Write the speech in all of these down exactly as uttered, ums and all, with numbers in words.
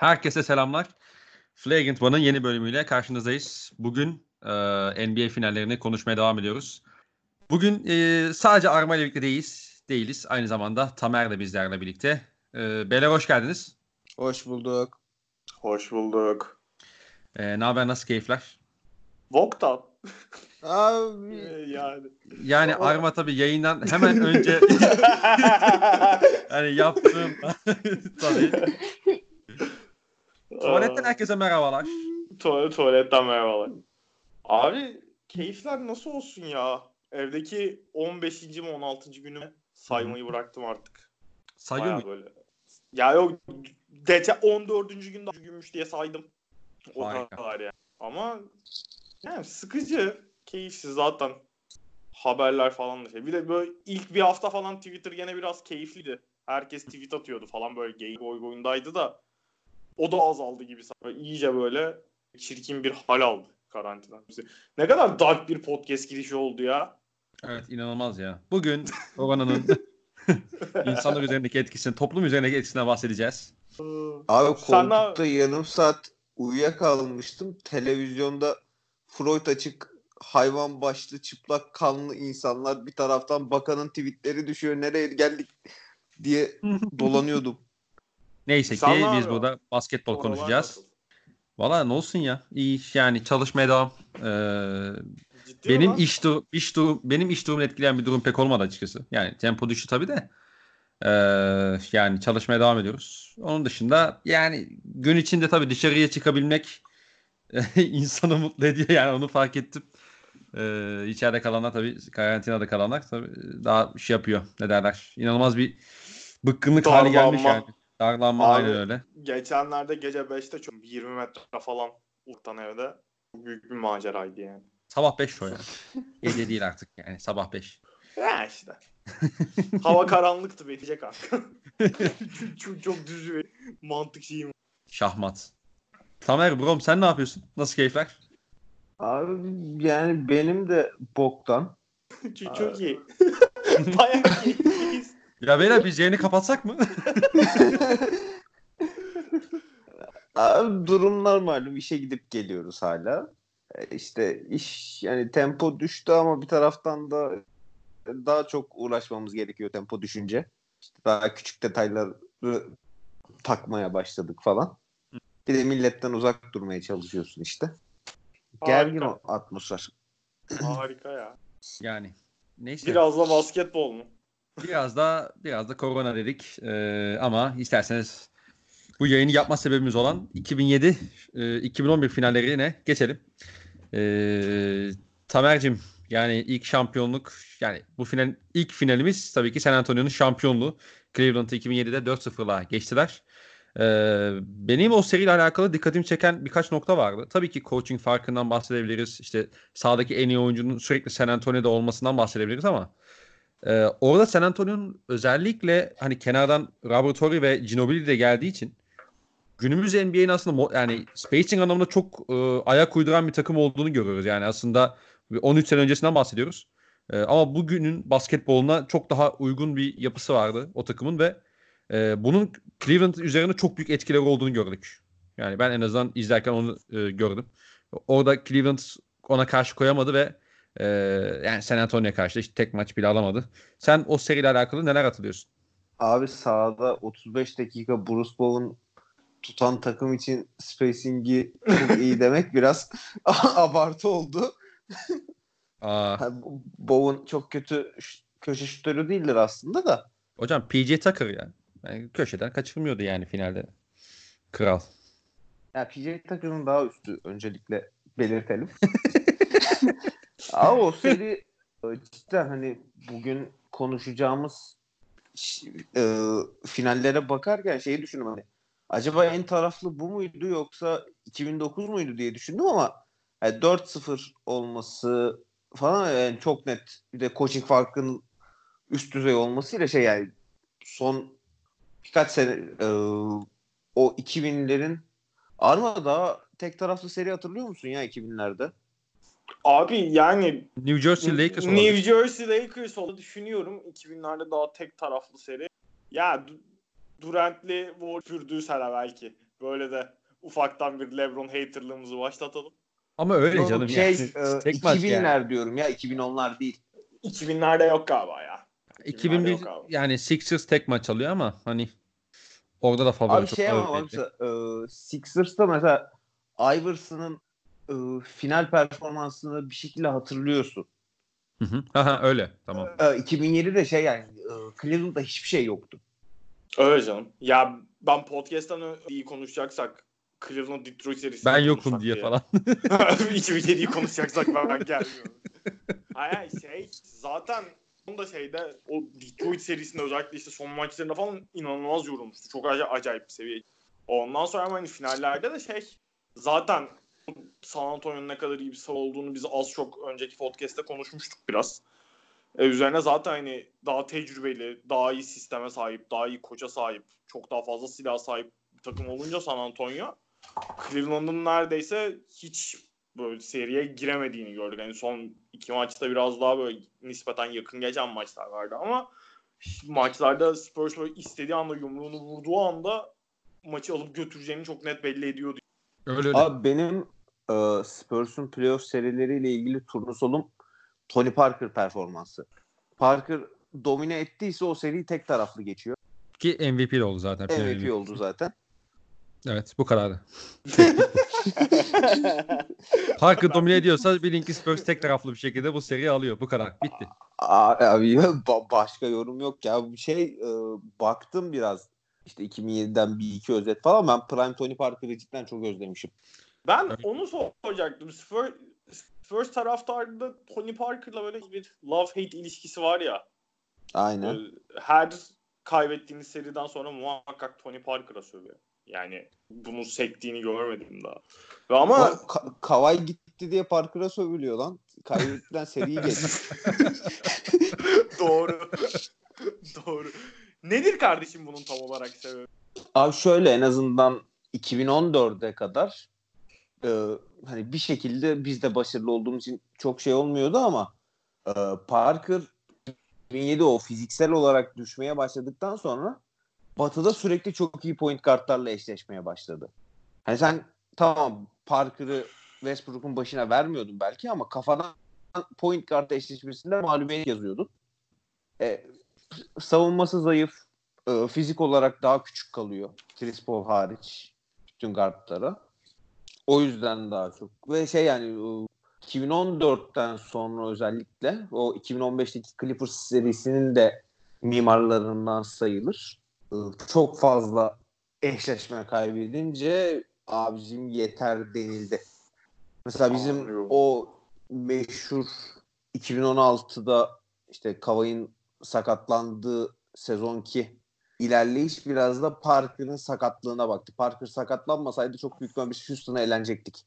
Herkese selamlar. Flagrant One'ın yeni bölümüyle karşınızdayız. Bugün e, N B A finallerini konuşmaya devam ediyoruz. Bugün e, sadece Arma ile birlikte değiliz. değiliz. Aynı zamanda Tamer de bizlerle birlikte. E, Beyler hoş geldiniz. Hoş bulduk. Hoş bulduk. E, ne haber, nasıl keyifler? Vok'tan. Abi yani. Yani Arma tabii yayından hemen önce hani yaptığım tabii. Tuvaletten herkese merhabalar. Tu- tuvaletten merhabalar. Abi keyifler nasıl olsun ya? Evdeki on beşinci mi on altıncı günü saymayı bıraktım artık. Sayıyor Bayağı mu? böyle. Ya yok geçen on dördüncü günde günmüş diye saydım. O Harika. kadar yani. Ama yani sıkıcı, keyifsiz zaten. Haberler falan da şey. Bir de böyle ilk bir hafta falan Twitter gene biraz keyifliydi. Herkes tweet atıyordu falan, böyle geyik oyundaydı da o da azaldı gibi. Böyle iyice böyle çirkin bir hal aldı karantina. Ne kadar dark bir podcast girişi oldu ya. Evet, inanılmaz ya. Bugün koronanın insanlar üzerindeki etkisini, toplum üzerindeki etkisine bahsedeceğiz. abi Sen koltukta ne- yarım saat uyuyakalmıştım. Televizyonda Freud açık, hayvan başlı çıplak kanlı insanlar, bir taraftan bakanın tweetleri düşüyor, nereye geldik diye dolanıyordum. Neyse Sen ki ne biz burada yapıyorsun? basketbol Oralar konuşacağız. nasıl? Valla ne olsun ya. İyi iş yani, çalışmaya devam. Ee, Ciddi mi benim lan? iş durum, iş durum, benim iş durumunu etkileyen bir durum pek olmadı açıkçası. Yani tempo düştü tabii de. Ee, yani çalışmaya devam ediyoruz. Onun dışında yani gün içinde tabii dışarıya çıkabilmek insanı mutlu ediyor, yani onu fark ettim. Ee, içeride kalanlar tabii, karantinada kalanlar tabii daha şey yapıyor. Ne derler? İnanılmaz bir bıkkınlık hali gelmiş yani. Darlanma. Darlanma, aynen Abi öyle. geçenlerde gece beşte çok yirmi metre falan uzaktan evde. Çok büyük bir maceraydı yani. Sabah beş o ya. Gece değil artık yani, sabah beş. Ya işte. Hava karanlıktı, bitecek kanka. çok, çok, çok düz bir mantık şeyim. Şahmat. Tamer brom, sen ne yapıyorsun? Nasıl keyifler? Abi yani benim de boktan. çok, çok iyi. Bayağı keyifliyiz. Ya beyler, biz yayını kapatsak mı? Abi durumlar malum, işe gidip geliyoruz hala. E, İşte iş yani tempo düştü ama bir taraftan da daha çok uğraşmamız gerekiyor tempo düşünce. İşte daha küçük detayları takmaya başladık falan. Bir de milletten uzak durmaya çalışıyorsun işte. Gergin Harika. o atmosfer. Harika ya. Yani neyse. Biraz da basketbol mu? Biraz da biraz da korona dedik. Ee, ama isterseniz bu yayını yapma sebebimiz olan iki bin yedi e, iki bin on bir finallerine geçelim. Ee, Tamer'cim, yani ilk şampiyonluk, yani bu final ilk finalimiz tabii ki San Antonio'nun şampiyonluğu. Cleveland'ı iki bin yedide dört sıfırla geçtiler. Ee, benim o seriyle alakalı dikkatimi çeken birkaç nokta vardı. Tabii ki coaching farkından bahsedebiliriz. İşte sahadaki en iyi oyuncunun sürekli San Antonio'da olmasından bahsedebiliriz ama Ee, orada San Antonio'nun özellikle hani kenardan Robert Horry ve Ginobili de geldiği için günümüz N B A'nin aslında mo- yani spacing anlamında çok e, ayak uyduran bir takım olduğunu görüyoruz. Yani aslında on üç sene öncesinden bahsediyoruz. E, ama bugünün basketboluna çok daha uygun bir yapısı vardı o takımın ve e, bunun Cleveland üzerinde çok büyük etkileri olduğunu gördük. Yani ben en azından izlerken onu e, gördüm. Orada Cleveland ona karşı koyamadı ve e, yani San Antonio'ya karşı da işte tek maç bile alamadı. Sen o seriyle alakalı neler hatırlıyorsun? Abi sahada otuz beş dakika Bruce Bowen tutan takım için spacing'i çok iyi demek biraz abartı oldu. Aa, Ha, Bowen çok kötü ş- köşe şutörü değildir aslında da. hocam P J Tucker ya. Yani köşeden kaçırmıyordu yani finalde. Kral. Ya P J Tucker'ın daha üstü, öncelikle belirtelim. Ama o seri e, cidden hani bugün konuşacağımız ş- e, finallere bakarken şeyi düşündüm, hani acaba en taraflı bu muydu yoksa iki bin dokuz muydu diye düşündüm ama yani dört sıfır olması falan yani çok net, bir de coaching farkının üst düzey olmasıyla şey yani son birkaç sene e, o iki binlerin Arma daha tek taraflı seri hatırlıyor musun ya iki binlerde? Abi yani New Jersey Lakers New olabilir. Jersey Lakers olduğunu düşünüyorum. iki binlerde daha tek taraflı seri. Ya Durant'li Wall sürdüğü sene belki. Böyle de ufaktan bir LeBron haterlığımızı başlatalım. Ama öyle Yok, canım şey, yani. e, Tek maç iki binler yani. diyorum ya, iki bin onlar değil. iki binlerde yok galiba ya. iki bin bir yani Sixers tek maç alıyor ama hani orada da favori Abi çok şey ama ağır bak belli. mesela, e, Sixers'ta mesela Iverson'ın e, final performansını bir şekilde hatırlıyorsun. Hı hı. Aha, öyle tamam. E, iki bin yedide şey yani e, Cleveland'da hiçbir şey yoktu. Öyle canım. Ya ben podcast'tan iyi konuşacaksak Cleveland Detroit serisini Ben yokum konuşsak diye falan. iki bin yediyi konuşacaksak ben gelmiyorum. Hayır şey zaten onun da şeyde o Detroit serisinde özellikle işte son maçlarında falan inanılmaz yorulmuştu. Çok acayip, acayip bir seviye. Ondan sonra ama hani finallerde de şey zaten San Antonio'nun ne kadar iyi bir saha olduğunu biz az çok önceki podcast'te konuşmuştuk biraz. E, üzerine zaten hani daha tecrübeli, daha iyi sisteme sahip, daha iyi koça sahip, çok daha fazla silah sahip bir takım olunca San Antonio, Cleveland'ın neredeyse hiç böyle seriye giremediğini gördük. Yani son iki maçta biraz daha böyle nispeten yakın geçen maçlar vardı ama maçlarda Spurs böyle istediği anda yumruğunu vurduğu anda maçı alıp götüreceğini çok net belli ediyordu. Öyle öyle. Abi benim e, Spurs'un playoff serileriyle ilgili turnusolum Tony Parker performansı. Parker domine ettiyse o seri tek taraflı geçiyor. Ki M V P de oldu zaten. Final M V M V P P. oldu zaten. Evet bu kadardı. Parker domine ediyorsa bilin ki Spurs tek taraflı bir şekilde bu seriyi alıyor. Bu kadar. Bitti. Abi ba- başka yorum yok ya. Bir şey e, baktım biraz. İşte iki bin yediden bir iki özet falan. Ben Prime Tony Parker'ı cidden çok özlemişim. Ben onu soracaktım. Spurs, Spurs taraftarında Tony Parker'la böyle bir love-hate ilişkisi var ya. Aynen. Her kaybettiğiniz seriden sonra muhakkak Tony Parker'a sövüyor. Yani bunu sektiğini görmedim daha. Ve ama Ka- Kawhi gitti diye Parker'a sövülüyor lan. Kaybettiren seriyi geç. Doğru. Doğru. Nedir kardeşim bunun tam olarak sebebi? Abi şöyle, en azından iki bin on dörde kadar e, hani bir şekilde biz de başarılı olduğumuz için çok şey olmuyordu ama e, Parker iki bin yedi o fiziksel olarak düşmeye başladıktan sonra Batı'da sürekli çok iyi point guardlarla eşleşmeye başladı. Hani sen tamam Parker'ı Westbrook'un başına vermiyordun belki ama kafadan point guard eşleşmesinde mağlubiyet yazıyordun. E, savunması zayıf, e, fizik olarak daha küçük kalıyor. Chris Paul hariç bütün guardlara. O yüzden daha çok. Ve şey yani iki bin on dörtten sonra özellikle o iki bin on beşteki Clippers serisinin de mimarlarından sayılır. Çok fazla eşleşme kaybedince abicim yeter denildi. Mesela bizim Anlıyorum. o meşhur iki bin on altıda işte Kawhi'nin sakatlandığı sezonki ilerleyiş biraz da Parker'ın sakatlığına baktı. Parker sakatlanmasaydı çok büyük bir Houston'a eğlenecektik.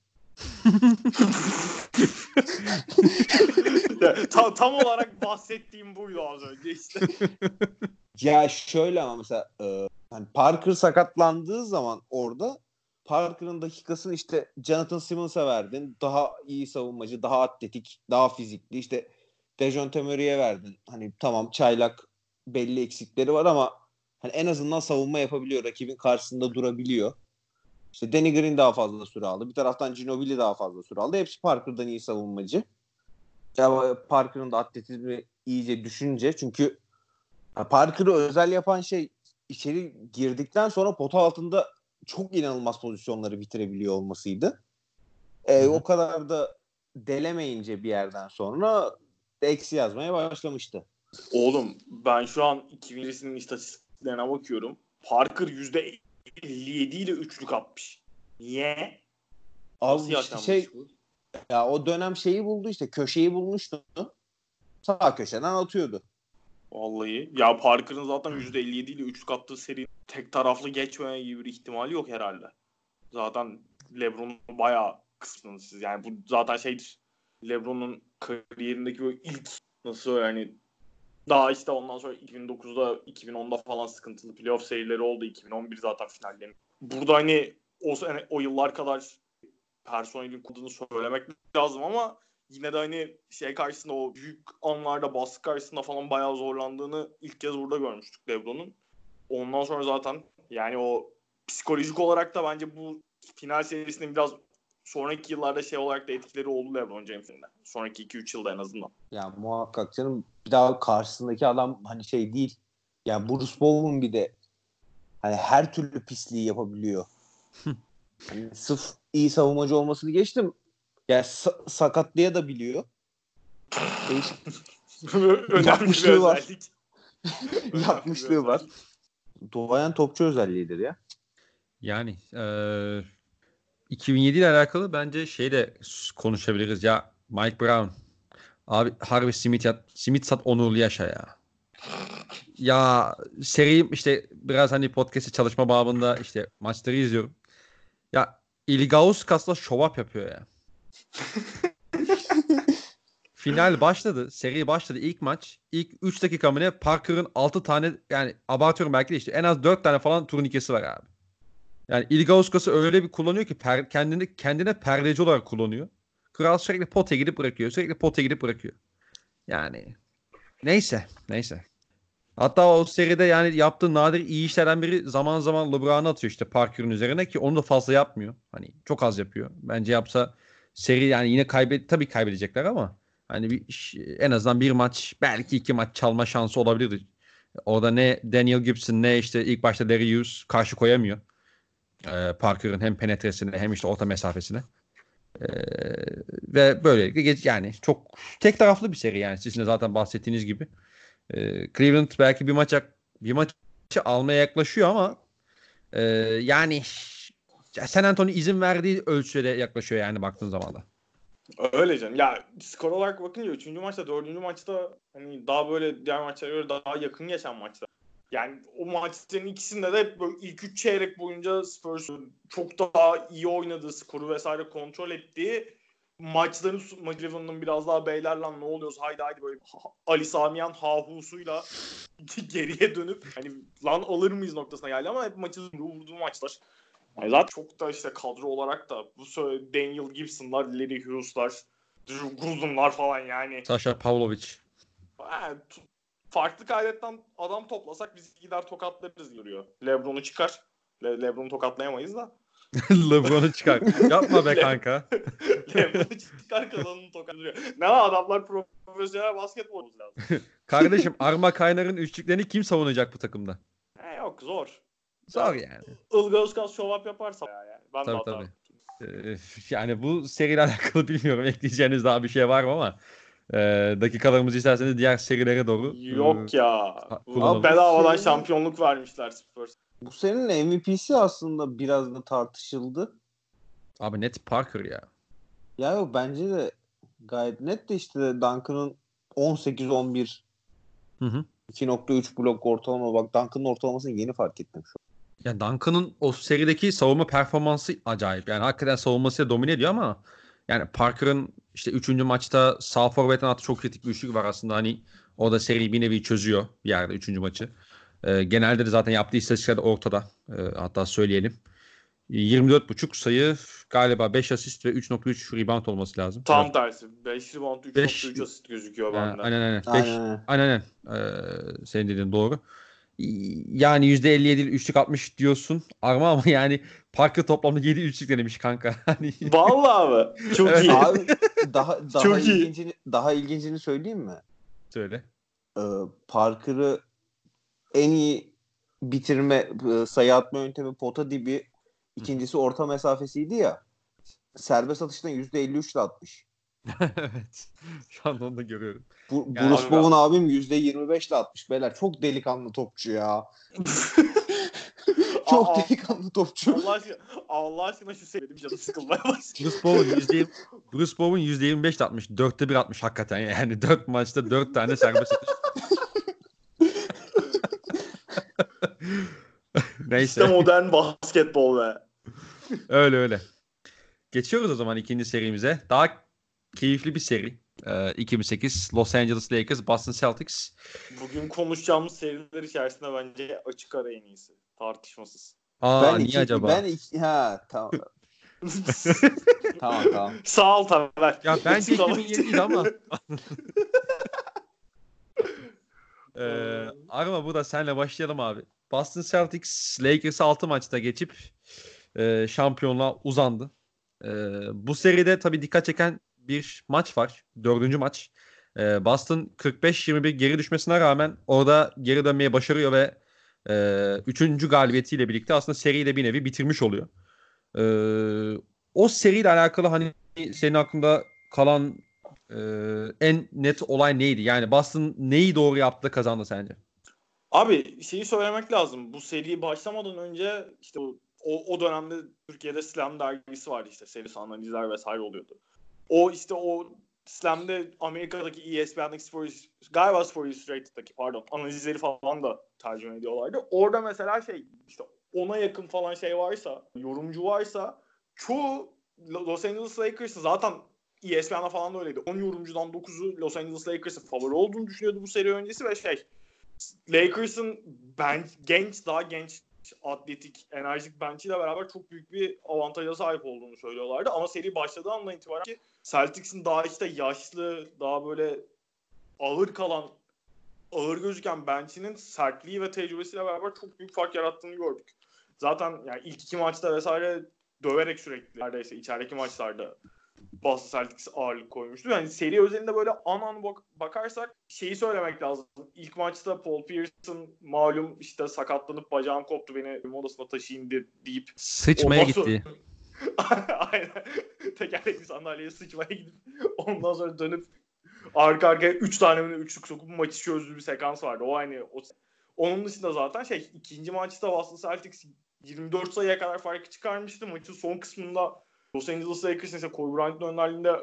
tam, tam olarak bahsettiğim buydu az önce işte. Ya şöyle ama mesela e, hani Parker sakatlandığı zaman orada Parker'ın dakikasını işte Jonathan Simmons'a verdin. Daha iyi savunmacı, daha atletik, daha fizikli. İşte Dejounte Murray'e verdin. Hani tamam çaylak, belli eksikleri var ama hani en azından savunma yapabiliyor. Rakibin karşısında durabiliyor. İşte Danny Green daha fazla süre aldı. Bir taraftan Ginobili daha fazla süre aldı. Hepsi Parker'dan iyi savunmacı. Ya Parker'ın da atletizmi iyice düşünce çünkü Parker'ı özel yapan şey içeri girdikten sonra pota altında çok inanılmaz pozisyonları bitirebiliyor olmasıydı. E, Hı hı. o kadar da delemeyince bir yerden sonra eksi yazmaya başlamıştı. Oğlum ben şu an iki bin yedisinin istatistiklerine bakıyorum. Parker yüzde elli yedi ile üçlük atmış. Niye? Abi Nasıl işte yaşanmış şey bu? ya o dönem şeyi buldu işte köşeyi bulmuştu. Sağ köşeden atıyordu. Vallahi. Ya Parker'ın zaten yüzde elli yedi ile üçlük attığı seri tek taraflı geçmeye gibi bir ihtimali yok herhalde. Zaten LeBron'un bayağı kısmınız. Yani bu zaten şeydir. LeBron'un kariyerindeki böyle ilk nasıl yani daha işte ondan sonra iki bin dokuzda iki bin onda falan sıkıntılı playoff serileri oldu. iki bin on bir zaten finalleri. Burada hani o sene, o yıllar kadar personelin kodunu söylemek lazım ama yine de hani şey karşısında o büyük anlarda baskı karşısında falan bayağı zorlandığını ilk kez burada görmüştük LeBron'un. Ondan sonra zaten yani o psikolojik olarak da bence bu final serisinin biraz sonraki yıllarda şey olarak da etkileri oldu LeBron James'in de. Sonraki iki üç yılda en azından. Ya muhakkak canım, bir daha karşısındaki adam hani şey değil. Ya Bruce Bowen bir de hani her türlü pisliği yapabiliyor. Hani sırf iyi savunmacı olmasını geçtim. Ya sa- sakatlığa da biliyor. Değişik. Önemli Yapmışlığı bir var. özellik. Yapmışlığı var. Doğayan topçu özelliğidir ya. Yani eee iki bin yedi ile alakalı bence şey de konuşabiliriz ya. Mike Brown. Abi Harvey Smith, yat, Smith sat onurlu yaşa ya. Ya seri işte biraz hani podcast'e çalışma babında işte maçları izliyorum. Ya Ilgauskas show up yapıyor ya. Final başladı. Seri başladı. İlk maç. İlk üç dakika mı ne? Parker'ın altı tane, yani abartıyorum belki de, işte en az dört tane falan turnikesi var abi. Yani Ilgauskas'ı öyle bir kullanıyor ki per, kendini kendine perdeci olarak kullanıyor. Kral sürekli potaya gidip bırakıyor. Sürekli potaya gidip bırakıyor. Yani neyse. Neyse. Hatta o seride yani yaptığı nadir iyi işlerden biri zaman zaman LeBron'u atıyor işte Parker'ın üzerine, ki onu da fazla yapmıyor. Hani çok az yapıyor. Bence yapsa seri yani yine kaybet tabii kaybedecekler ama hani bir, en azından bir maç, belki iki maç çalma şansı olabilirdi. Orada ne Daniel Gibson ne işte ilk başta Larry Hughes karşı koyamıyor. Ee, Parker'ın hem penetresine hem işte orta mesafesine. Ee, ve böylelikle geç, yani çok tek taraflı bir seri, yani sizin de zaten bahsettiğiniz gibi. Ee, Cleveland belki bir maça bir maçı almaya yaklaşıyor ama e, yani San Antonio izin verdiği ölçüde yaklaşıyor yani baktığın zaman da. Öyle canım. Ya skor olarak bakınca üçüncü maçta, dördüncü maçta hani daha böyle diğer maçlara göre daha yakın geçen maçlar. Yani o maçların ikisinde de böyle ilk üç çeyrek boyunca Spurs'un çok daha iyi oynadığı, skoru vesaire kontrol ettiği, maçların Cleveland'ın biraz daha beyler lan ne oluyoruz haydi haydi böyle Ali Samiyan hahusuyla geriye dönüp hani lan alır mıyız noktasına geldi ama hep maçı vurduğu maçlar. Yani zaten çok da işte kadro olarak da bu Daniel Gibson'lar, Larry Hughes'lar, Drew Gooden'lar falan yani. Sasha Pavlovic. Yani farklı kaydetten adam toplasak biz gider tokatlarız görüyor. LeBron'u çıkar. Le- LeBron'u tokatlayamayız da. LeBron'u çıkar. Yapma be kanka. LeBron'u çıkar, kazanını tokatlayıyor. Ne var, adamlar profesyonel basketbolcu lazım. Kardeşim Arma Kaynar'ın üçlüklerini kim savunacak bu takımda? He yok, zor. Zor Ya, yani. Ilgauskas show up yaparsa ya yani. Ben Tabii de tabii. atarım. Ee, yani bu seriyle alakalı bilmiyorum. Ekleyeceğiniz daha bir şey var mı ama e, dakikalarımızı isterseniz diğer serilere doğru Yok e, ya. kullanalım. Bedavadan Senin- şampiyonluk vermişler Spurs. Bu senin M V P'si aslında biraz da tartışıldı. Abi net Parker ya. Ya yok, bence de gayet net de işte Duncan'ın on sekiz on bir Hı hı. iki nokta üç blok ortalama, bak Duncan'ın ortalamasını yeni fark ettim şu an. Ya Duncan'ın o serideki savunma performansı acayip. Yani hakikaten savunmasıyla domine ediyor ama yani Parker'ın işte üçüncü maçta sağ forvetten attığı çok kritik bir üçlük var aslında. Hani o da seriyi bir nevi çözüyor bir yerde üçüncü maçı. Ee, genelde de zaten yaptığı istatistikler de ortada. Ee, hatta söyleyelim. yirmi dört buçuk sayı, galiba beş asist ve üç nokta üç rebound olması lazım. Tam Evet. tersi. beş rebound üç beş nokta üç asist gözüküyor Ha, bende. aynen aynen. beş Aynen. aynen aynen. Ee, senin dediğin doğru. Yani yüzde elli yedi üçlük atmış diyorsun. Arma ama yani Parker toplamda yedi üçlük denemiş kanka. Hani Vallahi mi? Çok Evet. iyi. Abi daha daha Çok iyi. ilgincini daha ilgincini söyleyeyim mi? söyle. Ee, Parker'ı en iyi bitirme, e, sayı atma yöntemi pota dibi, ikincisi orta mesafesiydi ya. Serbest atıştan yüzde elli üç ile atmış. Evet. Şu anda onu da görüyorum. Bu, Yani- Bruce Bowen abim yüzde yirmi beş ile atmış. Beyler çok delikanlı topçu ya. Çok Aa, delikanlı topçu. Allah aşkına, Allah aşkına şu seyredim, canım sıkılmaya başladı. Bruce Bowen yüzde Bruce Bowen yüzde yirmi beş de atmış. dörtte bir atmış hakikaten. Yani dört maçta dört tane serbest atış. Neyse. İşte modern basketbol be. Öyle öyle. Geçiyoruz o zaman ikinci serimize. Daha keyifli bir seri. Ee, iki bin sekiz Los Angeles Lakers, Boston Celtics. Bugün konuşacağımız seriler içerisinde bence açık ara en iyisi. Tartışmasız. Aa Ben niye iki, acaba? ben iki, ha tamam. tamam tamam. Sağ ol Tamer. Ya bence Tamam. iki bin yediydi ama. ee, Arma burada senle başlayalım abi. Boston Celtics Lakers'ı altı maçta geçip e, şampiyonluğa uzandı. E, bu seride tabii dikkat çeken bir maç var. Dördüncü maç. E, Boston kırk beş yirmi bir geri düşmesine rağmen orada geri dönmeyi başarıyor ve e, üçüncü galibiyetiyle birlikte aslında seriyi de bir nevi bitirmiş oluyor. E, o seriyle alakalı hani senin aklında kalan e, en net olay neydi? Yani Boston neyi doğru yaptı kazandı sence? Abi şeyi söylemek lazım. Bu seri başlamadan önce işte o, o, o dönemde Türkiye'de Slam dergisi vardı, işte serisi analizler vesaire oluyordu. O işte o Slam'de Amerika'daki E S P N'deki Sports, galiba Sports Illustrated'daki pardon analizleri falan da tercüme ediyorlardı. Orada mesela şey işte ona yakın falan şey varsa, yorumcu varsa çoğu Los Angeles Lakers'ın zaten E S P N'da falan da öyleydi. on yorumcudan dokuzu Los Angeles Lakers'ın favori olduğunu düşünüyordu bu seri öncesi ve şey Lakers'ın bench, genç, daha genç, atletik, enerjik bench'iyle beraber çok büyük bir avantaja sahip olduğunu söylüyorlardı. Ama seri başladığı andan itibaren ki Celtics'in daha işte yaşlı, daha böyle ağır kalan, ağır gözüken bench'inin sertliği ve tecrübesiyle beraber çok büyük fark yarattığını gördük. Zaten yani ilk iki maçta vesaire döverek sürekli neredeyse içerideki maçlarda Boston Celtics ağırlık koymuştu. Yani seri özelinde böyle an an bak- bakarsak şeyi söylemek lazım. İlk maçta Paul Pierce'ın malum işte sakatlanıp bacağım koptu, beni evin odasına taşıyın de, deyip Sıçmaya ondan sonra gitti. aynen tekerlekli sandalyeye sıçmaya gidip ondan sonra dönüp arka arkaya üç tane mi üçlük sokup maçı çözdüğü bir sekans vardı. O aynı o, onun dışında zaten şey ikinci maçta Boston Celtics yirmi dört sayıya kadar farkı çıkarmıştı. Maçın son kısmında Los Angeles Lakers'ın ise Kobe Bryant'ın önderliğinde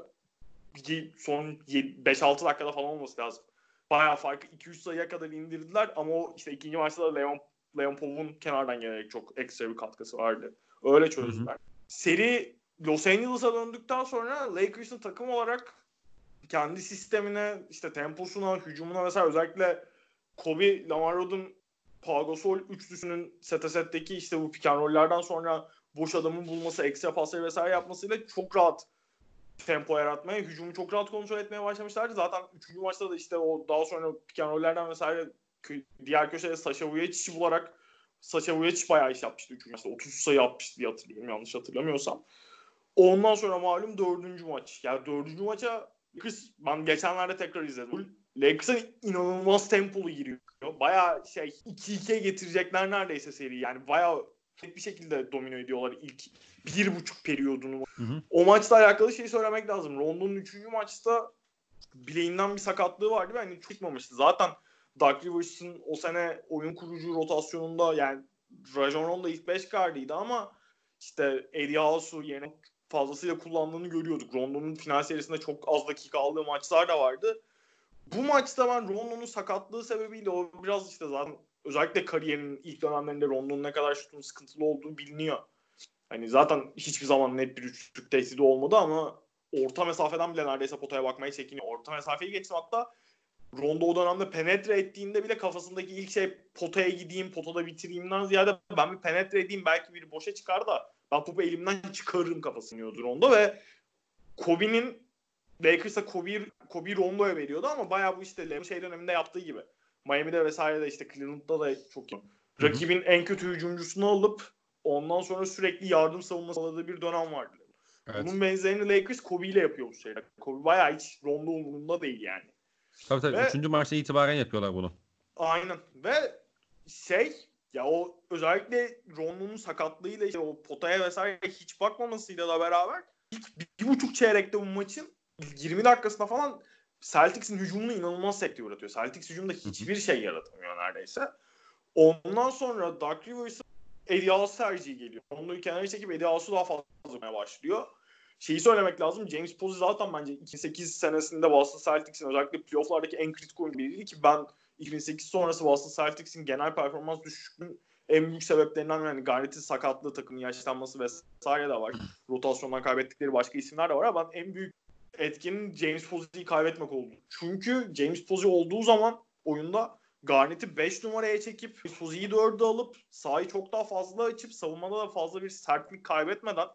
son beş altı dakikada falan olması lazım. Bayağı farkı iki üç sayıya kadar indirdiler ama o işte ikinci maçta da Leon, Leon Pov'un kenardan gelerek çok ekstra bir katkısı vardı. Öyle çözdüler. Hı hı. Seri Los Angeles'a döndükten sonra Lakers'ın takım olarak kendi sistemine, işte temposuna, hücumuna vesaire özellikle Kobe, Lamar Odom, Pau Gasol üçlüsünün sete setteki işte bu pick and roll'lerden sonra boş adamın bulması, ekstra pasları vesaire yapmasıyla çok rahat tempo yaratmaya, hücumu çok rahat kontrol etmeye başlamışlardı. Zaten üçüncü maçta da işte o daha sonra pick and roll'lerden vesaire diğer köşede Sasha Vujicic'i bularak Sasha Vujic bayağı iş yapmıştı üçüncü maçta. otuz sayı yapmıştı diye hatırlıyorum, yanlış hatırlamıyorsam. Ondan sonra malum dördüncü maç. Yani dördüncü maça Lakers, ben geçenlerde tekrar izledim. Lakers'a inanılmaz tempolu giriyor. Bayağı şey iki ikiye getirecekler neredeyse seri. Yani bayağı net bir şekilde domino ediyorlar ilk bir buçuk periyodunu. Hı hı. O maçla alakalı şey söylemek lazım. Rondo'nun üçüncü maçta bileğinden bir sakatlığı vardı ve hani çıkmamıştı. Zaten Doug Rivers'ın o sene oyun kurucu rotasyonunda yani Rajon Rondo ilk beş gardıydı ama işte Eddie House'u yerine fazlasıyla kullandığını görüyorduk. Rondo'nun final serisinde çok az dakika aldığı maçlar da vardı. Bu maçta ben Rondo'nun sakatlığı sebebiyle o biraz işte zaten özellikle kariyerinin ilk dönemlerinde Rondo'nun ne kadar şutun sıkıntılı olduğu biliniyor. Hani zaten hiçbir zaman net bir üçlük tehdidi olmadı ama orta mesafeden bile neredeyse potaya bakmaya çekiniyor. Orta mesafeyi geçtim, hatta Rondo o dönemde penetre ettiğinde bile kafasındaki ilk şey potaya gideyim, potada bitireyimden ziyade ben bir penetre edeyim, belki biri boşa çıkar da ben topu elimden çıkarırım kafasını diyordu Rondo ve Kobe'nin Lakers'a Kobe, Kobe Rondo'ya veriyordu ama bayağı bu işte Lem şey döneminde yaptığı gibi. Miami'de vesaire de işte Cleveland'da da çok iyi. Rakibin en kötü hücumcusunu alıp ondan sonra sürekli yardım savunması sağladığı bir dönem vardı. Evet. Bunun benzerini Lakers Kobe ile yapıyor bu şeyler. Kobe bayağı hiç Rondo umurunda değil yani. Tabii tabii. Ve, üçüncü maçtan itibaren yapıyorlar bunu. Aynen. Ve şey ya o özellikle Rondo'nun sakatlığıyla işte o potaya vesaire hiç bakmamasıyla da beraber ilk bir, bir buçuk çeyrekte bu maçın yirmi dakikasında falan Celtics'in hücumunu inanılmaz sekteye uğratıyor. Celtics hücumda hiçbir şey yaratamıyor neredeyse. Ondan sonra Doug Rivers'ın Eddie House tercihi geliyor. Rondo'yu kenara çekip Eddie House'u daha fazla yapmaya başlıyor. Şeyi söylemek lazım. James Posey zaten bence iki bin sekiz senesinde Boston Celtics'in özellikle playoff'lardaki en kritik oyuncu biriydi ki ben iki bin sekiz sonrası Boston Celtics'in genel performans düşüklüğünün en büyük sebeplerinden yani Garnett'in sakatlığı, takımın yaşlanması vesaire de var. Rotasyondan kaybettikleri başka isimler de var ama ben en büyük etkinin James Posey'i kaybetmek oldu. Çünkü James Posey olduğu zaman oyunda Garnett'i beş numaraya çekip Posey'i dörde alıp sahayı çok daha fazla açıp savunmada da fazla bir sertlik kaybetmeden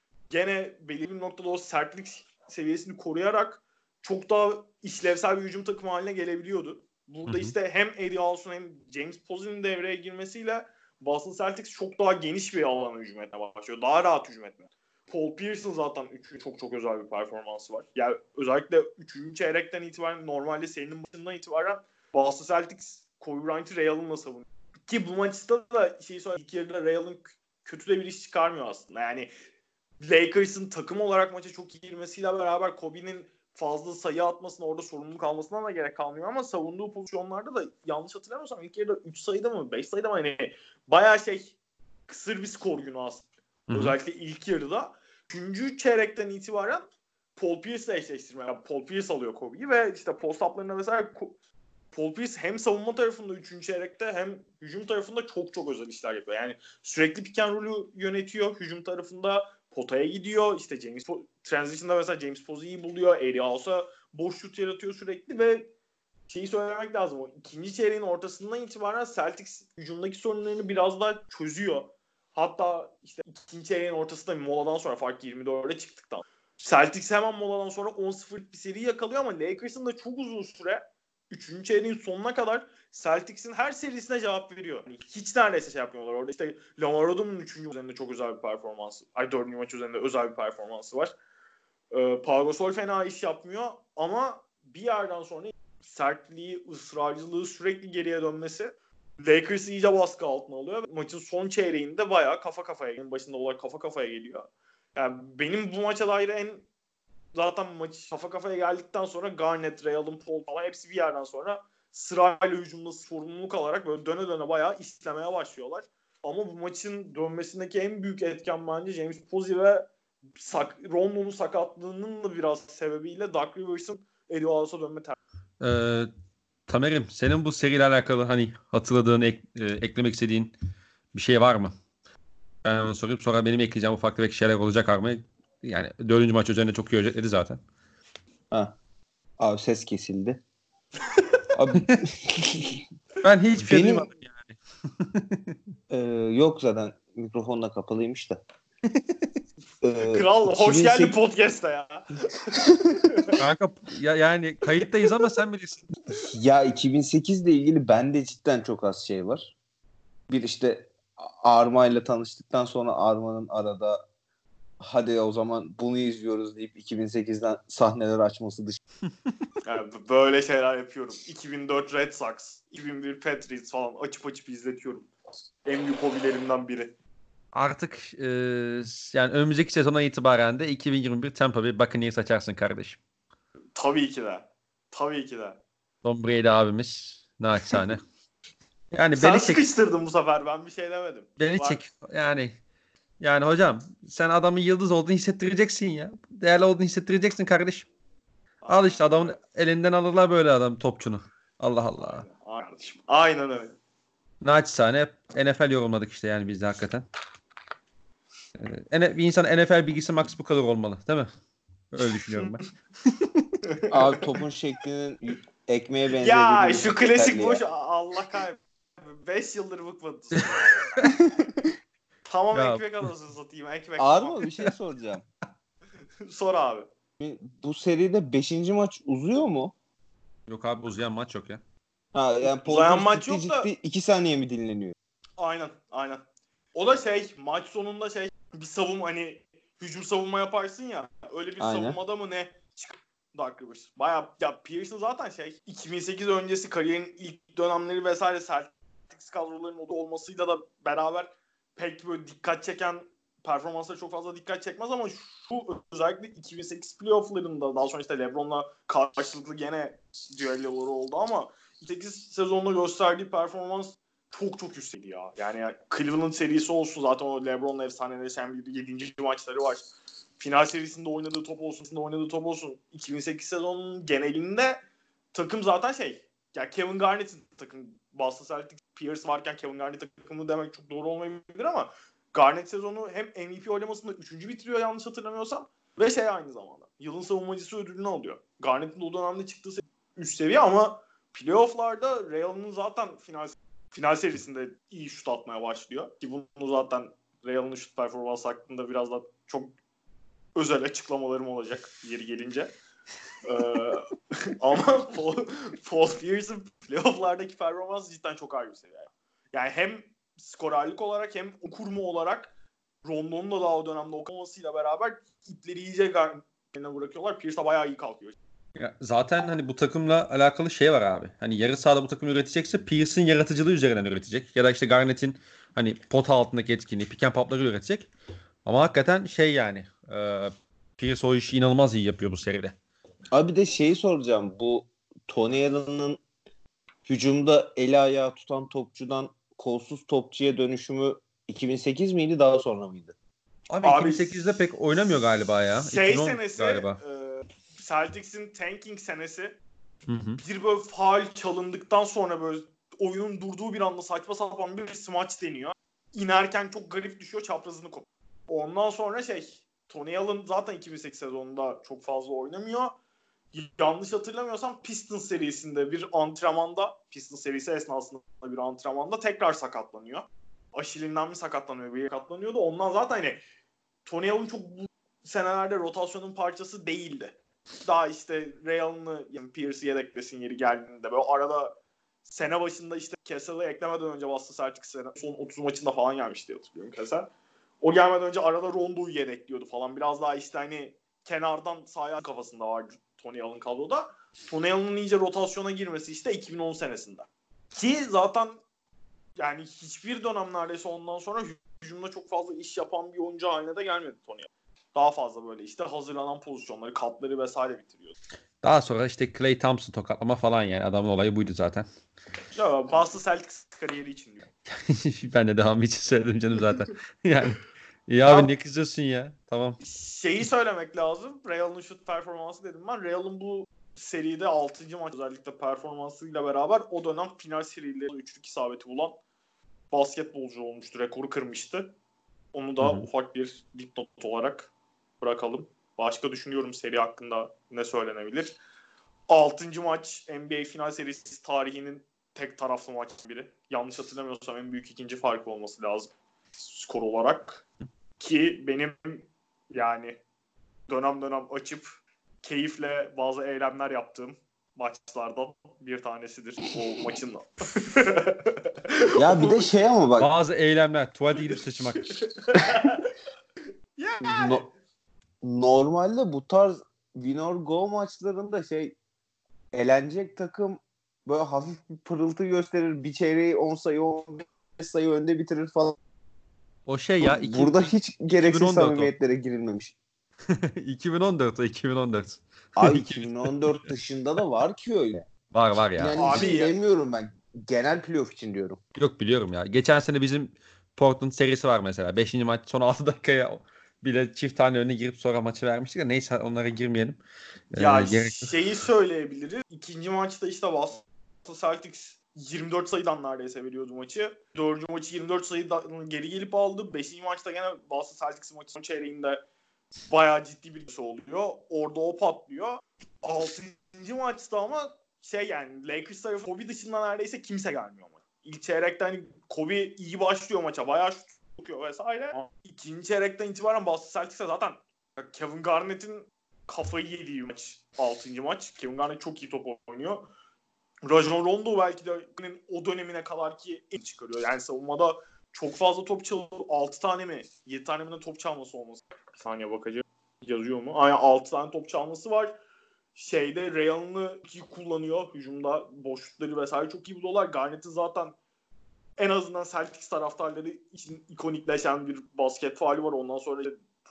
gene belirli bir noktada o sertlik seviyesini koruyarak çok daha işlevsel bir hücum takımı haline gelebiliyordu. Burada Hı hı. işte hem Eddie House'un hem James Posey'nin devreye girmesiyle Boston Celtics çok daha geniş bir alana hücum etmeye başlıyor. Daha rahat hücum etmeye. Paul Pierce'ın zaten üçüncü çok çok özel bir performansı var. Yani özellikle üçüncü çeyrekten itibaren normalde serinin başından itibaren Boston Celtics Kobe Bryant'ı Ray Allen'la savunuyor. Ki bu maçta da şeyi söyleyeyim, ilk yarıda Ray Allen kötü de bir iş çıkarmıyor aslında. Yani Lakers'ın takım olarak maça çok iyi girmesiyle beraber Kobe'nin fazla sayı atmasına, orada sorumluluk almasına da gerek kalmıyor ama savunduğu pozisyonlarda da yanlış hatırlamıyorsam ilk yarıda üç sayıda mı beş sayıda mı hani bayağı şey kısır bir skor günü aslında. Hı hı. Özellikle ilk yarıda. Üçüncü çeyrekten itibaren Paul Pierce'le eşleştirme. Yani Paul Pierce alıyor Kobe'yi ve işte post-up'larında mesela Paul Pierce hem savunma tarafında üçüncü çeyrekte hem hücum tarafında çok çok özel işler yapıyor. Yani sürekli pick and roll'u yönetiyor. Hücum tarafında potaya gidiyor. İşte James po- transition'da mesela James Posey'i buluyor. Eddie House'a boş şut yaratıyor sürekli ve şeyi söylemek lazım. O ikinci çeyreğin ortasından itibaren Celtics hücumdaki sorunlarını biraz daha çözüyor. Hatta işte ikinci çeyreğin ortasında moladan sonra fark yirmi dörde çıktıktan. Celtics hemen moladan sonra on sıfırlık bir seri yakalıyor ama Lakers'ın da çok uzun süre üçüncü çeyreğin sonuna kadar Celtics'in her serisine cevap veriyor. Yani hiç neredeyse şey yapmıyorlar. Orada işte Lamar Odom'un üçüncü üzerinde çok özel bir performansı. Ay dördüncü maç üzerinde özel bir performansı var. Ee, Pau Gasol fena iş yapmıyor ama bir yerden sonra sertliği, ısrarcılığı sürekli geriye dönmesi Lakers'ı iyice baskı altına alıyor. Maçın son çeyreğinde bayağı kafa kafaya, yani başında olarak kafa kafaya geliyor. Yani benim bu maça dair en zaten maç kafa kafaya geldikten sonra Garnett, Ray Allen, Paul falan hepsi bir yerden sonra sırayla hücumda sorumluluk alarak böyle döne döne bayağı istemeye başlıyorlar. Ama bu maçın dönmesindeki en büyük etken bence James Posey ve sak- Rondo'nun sakatlığının da biraz sebebiyle Doug Rivers'ın Eddie House'a dönme tercihi. Ee, Tamer'im senin bu seriyle alakalı hani hatırladığın, ek- e, eklemek istediğin bir şey var mı? Ben onu sorayım. Sonra benim ekleyeceğim ufak tefek şeyler olacak mı? Yani dördüncü maç üzerinde çok iyi özetledi zaten. Ha. Abi ses kesildi. Abi Ben hiçbir şey benim duymadım yani. e, yok zaten mikrofon da kapalıymış da. E, Kral hoş geldin iki bin sekiz podcast'a ya. Kanka ya, yani kayıttayız ama sen bilirsin. ya iki bin sekiz ile ilgili bende cidden çok az şey var. Bir işte Arma ile tanıştıktan sonra Arma'nın arada hadi o zaman bunu izliyoruz deyip iki bin sekizden sahneler açması dışında. Yani böyle şeyler yapıyorum. iki bin dört Red Sox, iki bin bir Patriots falan açıp açıp izletiyorum. En büyük hobilerimden biri. Artık e, yani önümüzdeki sezona itibaren de iki bin yirmi bir Tampa Bay Buccaneers açarsın kardeşim. Tabii ki de. Tabii ki de. Tom Brady abimiz naçizane. Yani Sen beni çek sıkıştırdın bu sefer. Ben bir şey demedim. beni Var. çek yani yani hocam sen adamın yıldız olduğunu hissettireceksin ya. Değerli olduğunu hissettireceksin kardeşim. Al işte adamın elinden alırlar böyle adam topçunu. Allah Allah. Aynen, aynen kardeşim. Aynen öyle. Naçizane N F L yorumladık işte yani biz de hakikaten. Ee, bir insan N F L bilgisi max bu kadar olmalı değil mi? Öyle düşünüyorum ben. Abi topun şeklinin ekmeğe benzediğini Ya bilmek şu yeterli klasik boş ya. Allah kahretsin. beş yıldır bıkmadı. Tamam Ya ekmek anasını satayım. Ekmek Arma tamam. bir şey soracağım. Sor abi. Bu seride beşinci maç uzuyor mu? yok abi uzayan maç yok ya. Ha yani Paul Uzayan Pierce maç ciddi yok da ciddi iki saniye mi dinleniyor? aynen aynen. O da şey maç sonunda şey bir savunma hani hücum savunma yaparsın ya öyle bir Aynen. savunmada mı ne çıkıp Dark Rivers. Baya ya Pierce'ın zaten şey iki bin sekiz öncesi kariyerin ilk dönemleri vesaire Celtics kadrolarının o da olmasıyla da beraber pek böyle dikkat çeken performansları çok fazla dikkat çekmez ama şu özellikle iki bin sekiz playofflarında daha sonra işte LeBron'la karşılıklı gene düelloları oldu ama iki bin sekiz sezonunda gösterdiği performans çok çok üstteydi ya. Yani Cleveland serisi olsun zaten o LeBron'la efsaneleşen bir yedinci maçları var. Final serisinde oynadığı top olsun, oynadığı top olsun. iki bin sekiz sezonunun genelinde takım zaten şey. Ya Kevin Garnett'in takım Boston Celtics Pierce varken Kevin Garnett takımı demek çok doğru olmayabilir ama Garnett sezonu hem M V P oylamasında üçüncü bitiriyor yanlış hatırlamıyorsam ve şey aynı zamanda. Yılın savunmacısı ödülünü alıyor. Garnett'in o dönemde çıktığı üst seviye ama playoff'larda Ray Allen'ın zaten final final serisinde iyi şut atmaya başlıyor. Ki bunu zaten Ray Allen'ın şut performansı hakkında biraz da çok özel açıklamalarım olacak yeri gelince. ee, ama Paul, Paul Pierce'ın playoff'lardaki performansı cidden çok ayrı bir seviye. Yani hem skorerlik olarak hem okur mu olarak Rondo'nun da daha o dönemde okumasıyla beraber ipleri iyice kendine bırakıyorlar. Pierce de bayağı iyi kalkıyor. Ya zaten hani bu takımla alakalı şey var abi. Hani yarı sahada bu takım üretecekse Pierce'in yaratıcılığı üzerinden üretecek. Ya da işte Garnett'in hani pota altındaki etkinliği, pick and pop'ları üretecek. Ama hakikaten şey yani e, Pierce o işi inanılmaz iyi yapıyor bu seride. Abi de şeyi soracağım. Bu Tony Allen'ın hücumda eli ayağı tutan topçudan kolsuz topçuya dönüşümü iki bin sekiz miydi daha sonra mıydı? Abi, Abi iki bin sekizde pek oynamıyor galiba ya. Şey iki bin on senesi galiba. E, Celtics'in tanking senesi Hı hı. bir böyle faul çalındıktan sonra böyle oyunun durduğu bir anda saçma sapan bir smaç deniyor. İnerken çok garip düşüyor, çaprazını kopuyor. Ondan sonra şey Tony Allen zaten iki bin sekiz sezonunda çok fazla oynamıyor. Yanlış hatırlamıyorsam Pistons serisinde bir antrenmanda, Pistons serisi esnasında bir antrenmanda tekrar sakatlanıyor. Aşilinden mi sakatlanıyor, bir sakatlanıyordu. Ondan zaten hani Tony Allen çok bu senelerde rotasyonun parçası değildi. Daha işte Ray Allen'ı, yani Pierce'i yedeklesin yeri geldiğinde böyle arada sene başında işte Kessel'ı eklemeden önce Boston Celtics son otuz maçında falan gelmişti hatırlıyorum Kessel. O gelmeden önce arada Rondo'yu yedekliyordu falan. Biraz daha işte hani kenardan sahaya kafasında vardı Tony Allen kadroda. Tony Allen'ın iyice rotasyona girmesi işte iki bin on senesinde. Ki zaten yani hiçbir dönem neredeyse ondan sonra hücumda çok fazla iş yapan bir oyuncu haline de gelmedi Tony Allen. Daha fazla böyle işte hazırlanan pozisyonları, katları vesaire bitiriyordu. Daha sonra işte Klay Thompson tokatlama falan yani. Adamın olayı buydu zaten. Ya Boston Celtics kariyeri için diyor. Ben de devamı için söyledim canım zaten. Yani ya abi ne kızıyorsun ya? Tamam. Şeyi söylemek lazım. Real'ın şut performansı dedim ben. Real'ın bu seride altıncı maç özellikle performansıyla beraber o dönem final serileri üçlük isabeti bulan basketbolcu olmuştu. Rekoru kırmıştı. Onu da Hı hı. ufak bir dipnot olarak bırakalım. Başka düşünüyorum seri hakkında ne söylenebilir. altıncı maç N B A final serisi tarihinin tek taraflı maç biri. Yanlış hatırlamıyorsam en büyük ikinci farkı olması lazım skor olarak. Ki benim yani dönem dönem açıp keyifle bazı eylemler yaptığım maçlardan bir tanesidir o maçın. Ya bir de şey ama bak. Bazı eylemler. Tuvalete gidip sıçmak. Yani. No, normalde bu tarz win or go maçlarında şey elenecek takım böyle hafif bir pırıltı gösterir. Bir çeyreği on sayı on beş sayı önde bitirir falan. O şey ya. Iki, Burada hiç gereksiz iki bin on dört o. samimiyetlere girilmemiş. iki bin on dört o. iki bin on dört. Abi iki bin on dört dışında da var ki öyle. Var var ya. Yani Abi için ya. demiyorum ben. Genel playoff için diyorum. Yok biliyorum ya. Geçen sene bizim Portland serisi var mesela. beşinci maç son altı dakikaya bile çift tane önüne girip sonra maçı vermiştik ya. Neyse onlara girmeyelim. Ee, Ya gerek yok. şeyi söyleyebiliriz. İkinci maçta işte Boston Celtics yirmi dört sayıdan neredeyse veriyordu maçı. Dördüncü maçı yirmi dört sayıdan geri gelip aldı. Beşinci maçta gene Boston Celtics maçı son çeyreğinde bayağı ciddi bir şey oluyor. Orada o patlıyor. Altıncı maçta ama şey yani Lakers tarafı Kobe dışında neredeyse kimse gelmiyor maça. İlk çeyrekten hani Kobe iyi başlıyor maça. Bayağı şut sokuyor vesaire. İkinci çeyrekten itibaren Boston Celtics'e zaten Kevin Garnett'in kafayı yediği maç. Altıncı maç. Kevin Garnett çok iyi top oynuyor. Rajon Rondo belki de o dönemine kadar ki en çıkarıyor. Yani savunmada çok fazla top çalıyor. altı tane mi? yedi tane mi de top çalması olması. Bir saniye bakacağım. Yazıyor mu? Aynen altı tane top çalması var. Şeyde Real'ını iyi kullanıyor. Hücumda boşlukları vesaire çok iyi buluyorlar. Garnett'in zaten en azından Celtics taraftarları için ikonikleşen bir basket faali var. Ondan sonra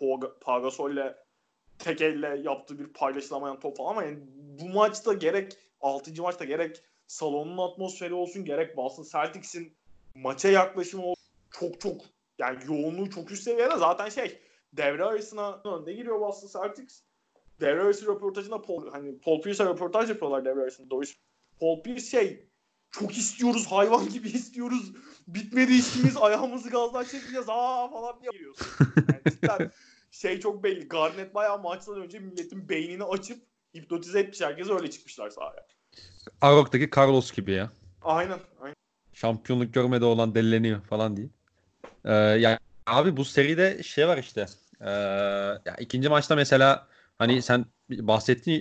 Pau Gasol'le tek elle yaptığı bir paylaşılamayan top falan ama yani bu maçta gerek altıncı maçta gerek salonun atmosferi olsun gerek Boston Celtics'in maça yaklaşımı olsun çok çok yani yoğunluğu çok üst seviyede zaten şey devre arasına önde giriyor Boston Celtics. Devre arası röportajında Paul, hani Paul Pierce'e röportaj yapıyorlar devre arasında. Doğru. Paul Pierce şey çok istiyoruz hayvan gibi istiyoruz bitmedi işimiz ayağımızı gazdan çekeceğiz aa falan diye giriyorsun. Yani cidden şey çok belli. Garnett bayağı maçtan önce milletin beynini açıp hipnotize etmiş. Herkes öyle çıkmışlar sahaya. Arok'taki Carlos gibi ya. Aynen. aynen. Şampiyonluk görmedi olan delileniyor falan diye. Ee, yani abi bu seride şey var işte. Ee, ya ikinci maçta mesela hani sen bahsettiğin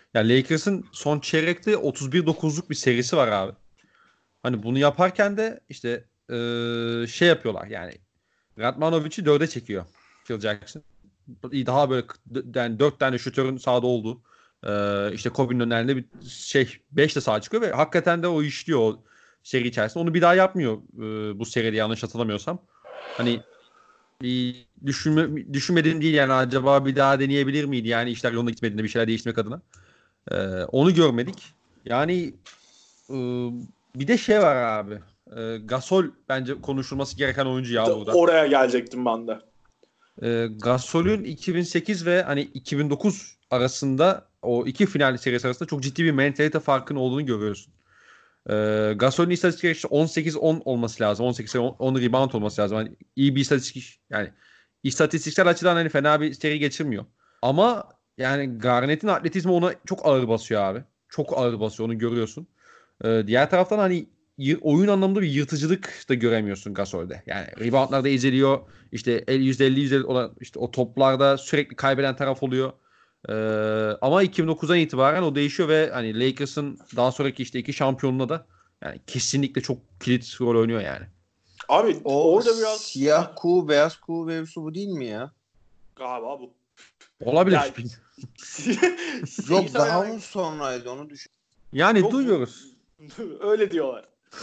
Yani Lakers'ın son çeyrekte otuz bir dokuzluk bir serisi var abi. Hani bunu yaparken de işte ee, şey yapıyorlar yani. Radmanovic'i dörde çekiyor Phil Jackson. Daha böyle yani dört tane şutörün sahada olduğu. Ee, işte Kobe'nin önlerinde bir şey beş de sağ çıkıyor ve hakikaten de o işliyor o seri içerisinde. Onu bir daha yapmıyor e, bu seride yanlış hatırlamıyorsam. Hani bir düşünme, düşünmedim değil yani acaba bir daha deneyebilir miydi yani işler yoluna gitmediğinde bir şeyler değiştirmek adına. Ee, onu görmedik. Yani e, bir de şey var abi. E, Gasol bence konuşulması gereken oyuncu ya burada. Oraya gelecektim ben de. E, Gasol'ün iki bin sekiz ve hani iki bin dokuz arasında o iki final serisi arasında çok ciddi bir mentalite farkının olduğunu görüyorsun. E, Gasol'ün istatistikleri işte on sekiz on olması lazım. on sekiz on rebound olması lazım. Hani iyi bir istatistik yani istatistiksel açıdan hani fena bir seri geçirmiyor. Ama yani Garnett'in atletizmi ona çok ağır basıyor abi. Çok ağır basıyor onu görüyorsun. Ee, diğer taraftan hani y- oyun anlamında bir yırtıcılık da göremiyorsun Gasol'de. Yani reboundlarda eziliyor. İşte yüzde elli yüzde elli olan işte o toplarda sürekli kaybeden taraf oluyor. Ee, ama iki bin dokuzdan itibaren o değişiyor ve hani Lakers'ın daha sonraki işte iki şampiyonluğunda da yani kesinlikle çok kilit rol oynuyor yani. Abi O orada biraz siyah kuğu beyaz kuğu mevzusu bu değil mi ya? galiba bu. Olabilir. Yani, Yok daha söylemek... mı sonraydı onu düşün. Yani Yok, duyuyoruz. öyle diyorlar.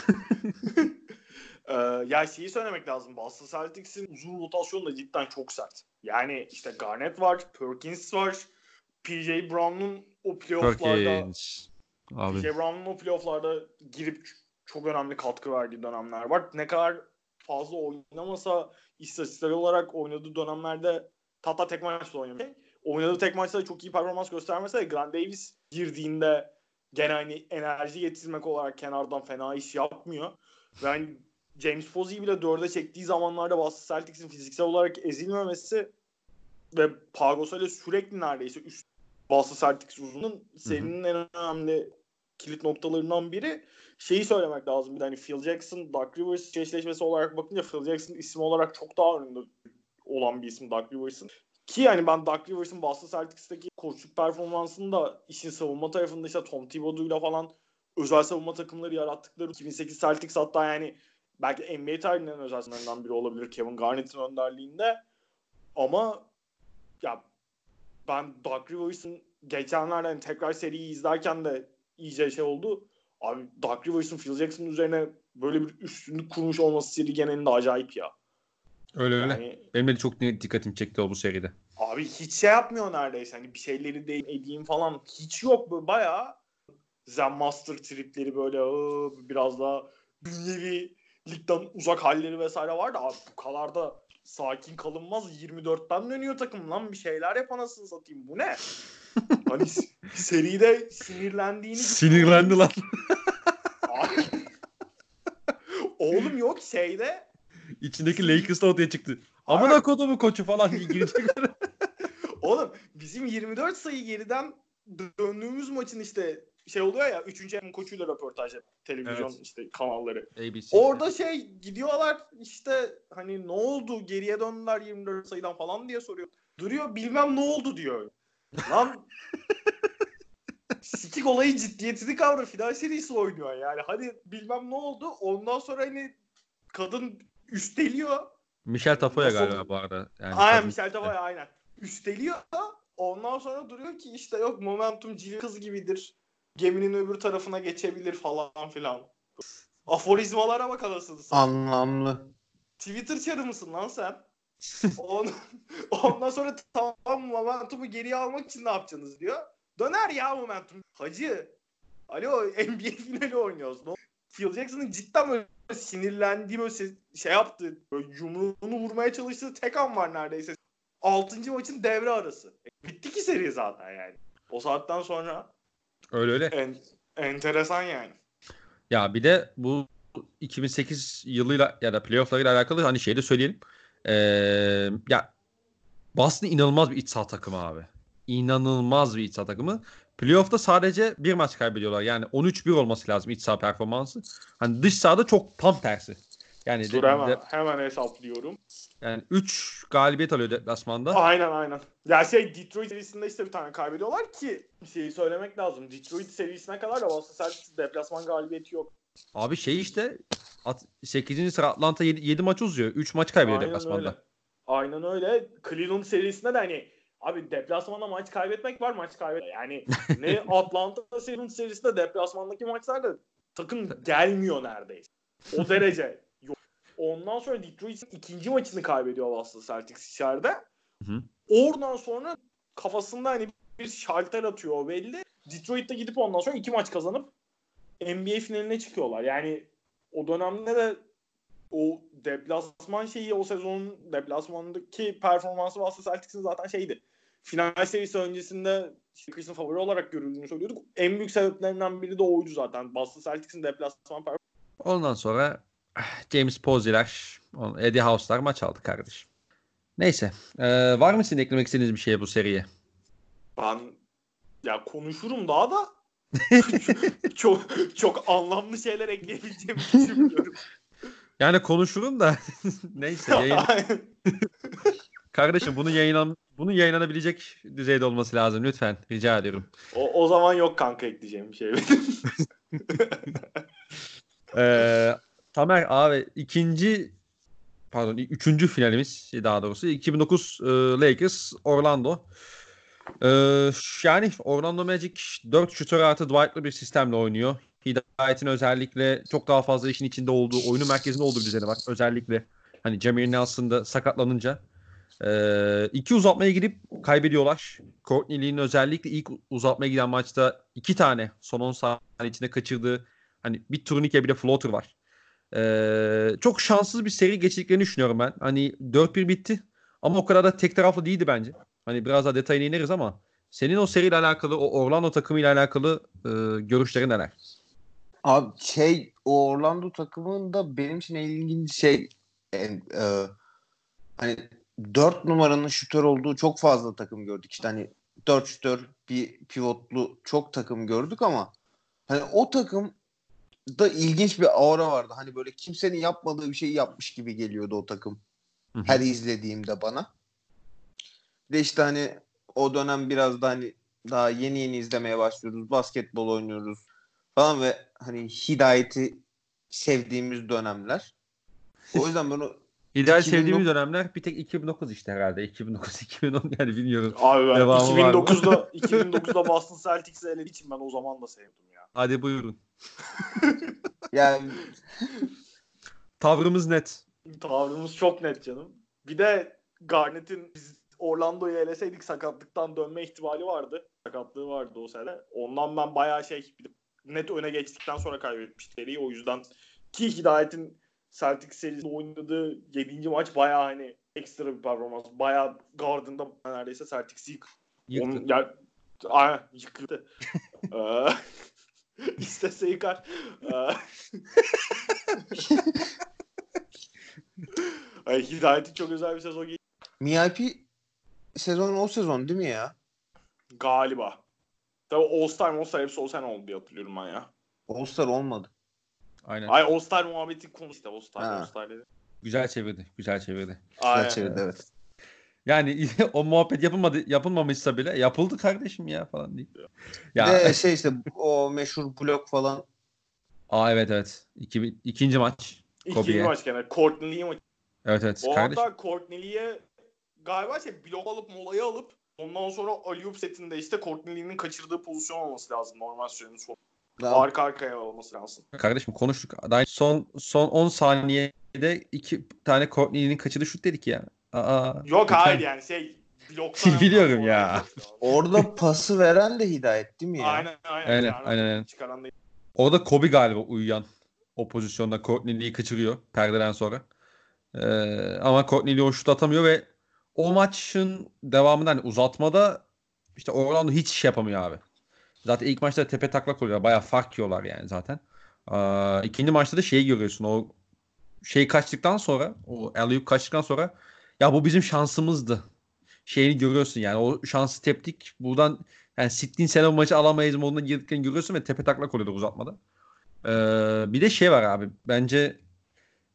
ee, yani şeyi söylemek lazım. Boston Celtics'in uzun rotasyonu da cidden çok sert. Yani işte Garnett var, Perkins var, P J Brown'un o playoff'larda Perkins. Abi. P J Brown'un o playoff'larda girip çok önemli katkı verdiği dönemler var. Ne kadar fazla oynamasa istatistiksel olarak oynadığı dönemlerde hatta tek maçta oynamış. Oynadığı tek maçta da çok iyi performans göstermese de Grant Davis girdiğinde gene hani enerji getirmek olarak kenardan fena iş yapmıyor. Ve hani James Posey'i bile dörde çektiği zamanlarda Boston Celtics'in fiziksel olarak ezilmemesi ve Pau Gasol'le sürekli neredeyse üst Boston Celtics uzunun serinin en önemli kilit noktalarından biri. Şeyi söylemek lazım bir de hani Phil Jackson, Doug Rivers eşleşmesi olarak bakınca Phil Jackson isim olarak çok daha önünde olan bir isim Doug Rivers'ın. Ki yani ben Doug Rivers'ın Boston Celtics'teki koçluk performansını da işin savunma tarafında işte Tom Thibodeau'yla falan özel savunma takımları yarattıkları iki bin sekiz Celtics hatta yani belki N B A tarihinin en özel sınırlarından biri olabilir Kevin Garnett'in önderliğinde. Ama ya ben Doug Rivers'ın geçenlerde hani tekrar seriyi izlerken de iyice şey oldu. Abi Doug Rivers'ın Phil Jackson'ın üzerine böyle bir üstünlük kurmuş olması seri genelinde acayip ya. Öyle öyle. Yani, benim de çok dikkatimi çekti o bu seride. Abi hiç şey yapmıyor neredeyse. Hani bir şeyleri de edeyim falan. Hiç yok. Böyle bayağı Zen Master tripleri böyle biraz daha dünyevi ligden uzak halleri vesaire var da abi bu kadar da sakin kalınmaz. yirmi dörtten dönüyor takım lan. Bir şeyler yap anasını satayım. Bu ne? Hani seride sinirlendiğini Sinirlendi lan. Oğlum yok şeyde. İçindeki Lakers da ortaya çıktı. Amına kodumu koçu falan diye girecekler. Oğlum bizim yirmi dört sayı geriden döndüğümüz maçın işte şey oluyor ya üçüncü Em'in koçuyla röportaj televizyon evet. işte kanalları. A B C Orada işte. Şey gidiyorlar işte hani ne oldu geriye döndüler yirmi dört sayıdan falan diye soruyor. Duruyor bilmem ne oldu diyor. Lan sikik olayı ciddiyetini kavra final serisi oynuyor yani. Hadi bilmem ne oldu ondan sonra hani kadın üsteliyor. Michel Tafoya Nasıl... galiba bu arada. Yani aynen Michel Tafoya aynen. Üsteliyor ondan sonra duruyor ki işte yok momentum cili kız gibidir. Geminin öbür tarafına geçebilir falan filan. Aforizmalara bak anasını satayım. Anlamlı. Twitter çarı mısın lan sen? ondan, ondan sonra tamam momentumu geriye almak için ne yapacaksınız diyor. Döner ya momentum. Hacı. Alo N B A finali oynuyoruz. Phil Jackson'ın cidden böyle sinirlendiği böyle şey yaptı. Böyle yumruğunu vurmaya çalıştığı tek an var neredeyse. altıncı maçın devre arası. Bitti ki seri zaten yani. O saatten sonra öyle öyle. En, enteresan yani. Ya bir de bu iki bin sekiz yılıyla ya da playoff'larıyla alakalı hani şey de söyleyelim. Ee, ya Boston inanılmaz bir iç saha takımı abi. İnanılmaz bir iç saha takımı. Playoff'ta sadece bir maç kaybediyorlar. Yani on üç bir olması lazım iç saha performansı. Hani dış sahada çok tam tersi. Yani Dur de, hemen, de, hemen hesaplıyorum. yani üç galibiyet alıyor deplasmanda. Aynen aynen. Ya şey Detroit serisinde işte bir tane kaybediyorlar ki şeyi söylemek lazım. Detroit serisine kadar da Boston Celtics deplasman galibiyeti yok. Abi şey işte sekizinci sıra Atlanta yedi maç uzuyor. üç maç kaybediyor Aynen deplasmanda. öyle. Aynen öyle. Cleveland serisinde de hani abi deplasmanda maç kaybetmek var, maç kaybetmek. Yani ne Atlanta Cleveland serisinde deplasmandaki maçlarda takım gelmiyor neredeyse. O derece yok. Ondan sonra Detroit'in ikinci maçını kaybediyor Boston Celtics içeride. Hı hı. Oradan sonra kafasında hani bir şalter atıyor o belli. Detroit'te gidip ondan sonra iki maç kazanıp N B A finaline çıkıyorlar. Yani o dönemde de o deplasman şeyi, o sezonun deplasmandaki performansı Boston Celtics'in zaten şeydi. Final serisi öncesinde Lakers'ın favori olarak görüldüğünü söylüyorduk. En büyük sebeplerinden biri de oydu zaten. Boston Celtics'in deplasman performansı. Ondan sonra James Posey'ler, Eddie House'lar maç aldı kardeşim. Neyse. Ee, var mı sizin eklemek istediğiniz bir şey bu seriye? Ben ya konuşurum daha da çok çok anlamlı şeyler ekleyebileceğimi düşünmüyorum. Yani konuşurum da neyse yayın. Kardeşim bunu yayınlan bunun yayınlanabilecek düzeyde olması lazım lütfen. Rica ediyorum. O, o zaman yok kanka ekleyeceğim bir şey. ee, Tamer abi ikinci pardon üçüncü finalimiz daha doğrusu iki bin dokuz e, Lakers Orlando. Ee, yani Orlando Magic dört şutör artı Dwight'lı bir sistemle oynuyor. Hidayet'in özellikle çok daha fazla işin içinde olduğu, oyunun merkezinde olduğu bir düzeni var. Özellikle hani Jameer Nelson'da sakatlanınca Ee, iki uzatmaya gidip kaybediyorlar. Courtney Lee'nin özellikle ilk uzatmaya giden maçta iki tane son on saniye içinde kaçırdığı hani bir turnike bir de floater var. Ee, çok şanssız bir seri geçirdiklerini düşünüyorum ben. Hani dört bir bitti ama o kadar da tek taraflı değildi bence. Hani biraz daha detayına ineriz ama senin o seriyle alakalı, o Orlando takımıyla alakalı e, görüşlerin neler? Abi şey o Orlando takımında benim için en ilginç şey e, e, hani dört numaranın şütör olduğu çok fazla takım gördük. İşte hani dört şütör bir pivotlu çok takım gördük ama hani o takım da ilginç bir aura vardı. Hani böyle kimsenin yapmadığı bir şeyi yapmış gibi geliyordu o takım. Hı hı. Her izlediğimde bana. Bir de işte hani o dönem biraz da hani daha yeni yeni izlemeye başlıyoruz. Basketbol oynuyoruz falan ve hani Hidayet'i sevdiğimiz dönemler. O yüzden ben o İdeal iki bin dokuz sevdiğimiz dönemler bir tek iki bin dokuz işte herhalde. iki bin dokuz iki bin on yani bilmiyorum. Abi ben Devamı var mı? iki bin dokuzda iki bin dokuzda Boston Celtics'i elediği için ben o zaman da sevdim ya. Hadi buyurun. yani Tavrımız net. Tavrımız çok net canım. Bir de Garnett'in biz Orlando'yu eleseydik sakatlıktan dönme ihtimali vardı. Sakatlığı vardı o sene. Ondan ben bayağı şey net öne geçtikten sonra kaybetmiş seriyi. O yüzden ki Hidayet'in Celtics serisinde oynadığı yedinci maç bayağı hani ekstra bir performans. Bayağı Garden'da neredeyse Celtics'i yık. Yıktı. Onun, yani, aynen yıktı. Ee, İstese yıkar. Ay, Hidayet'in çok özel bir sezon geçti. M I P sezonu o sezon değil mi ya? Galiba. Tabii All-Star, All-Star hepsi o sene oldu diye hatırlıyorum ben ya. All-Star olmadı. Aynen. Ay All-Star muhabbeti konusu işte All-Star, Ha. All-Star dedi. Güzel çevirdi. Güzel çevirdi. Aynen. Güzel çevirdi, evet. Yani o muhabbet yapılmadı, yapılmamışsa bile yapıldı kardeşim ya falan diye. Bir de şey işte o meşhur blok falan. Aa evet evet. İki, ikinci maç. İkinci Kobe'ye. maç gene. Courtney Lee maçı. Evet evet. O Kardeşim. anda Courtney Lee'ye galiba şey blok alıp molayı alıp ondan sonra alley-oop setinde işte Courtney Lee'nin kaçırdığı pozisyon olması lazım normal sürenin sonu. Arka arkaya olması lazım. Kardeşim konuştuk. Daha son son on saniyede iki tane Courtney'nin kaçırdığı şut dedik ya. Aa, Yok lütfen. hayır yani şey bloktan Biliyorum ya. Orada pası veren de Hidayet değil mi ya? Aynen aynen. Aynen, Yani aynen, aynen. çıkaran değil. Orada Kobe galiba uyuyan o pozisyonda Courtney Lee'yi kaçırıyor perdeden sonra. Ee, ama Courtney Lee o şut atamıyor ve o maçın devamında hani uzatmada işte Orlando hiç şey yapamıyor abi. Zaten ilk maçta tepe taklak oluyor. Bayağı fark yiyorlar yani zaten. Ee, ikinci maçta da şeyi görüyorsun. O şey kaçtıktan sonra o alley-oop kaçtıktan sonra ya bu bizim şansımızdı. Şeyini görüyorsun yani. O şansı teptik. Buradan yani sittin sene maçı alamayız moduna girdiklerini görüyorsun ve tepe taklak oluyordu uzatmada. Ee, bir de şey var abi. Bence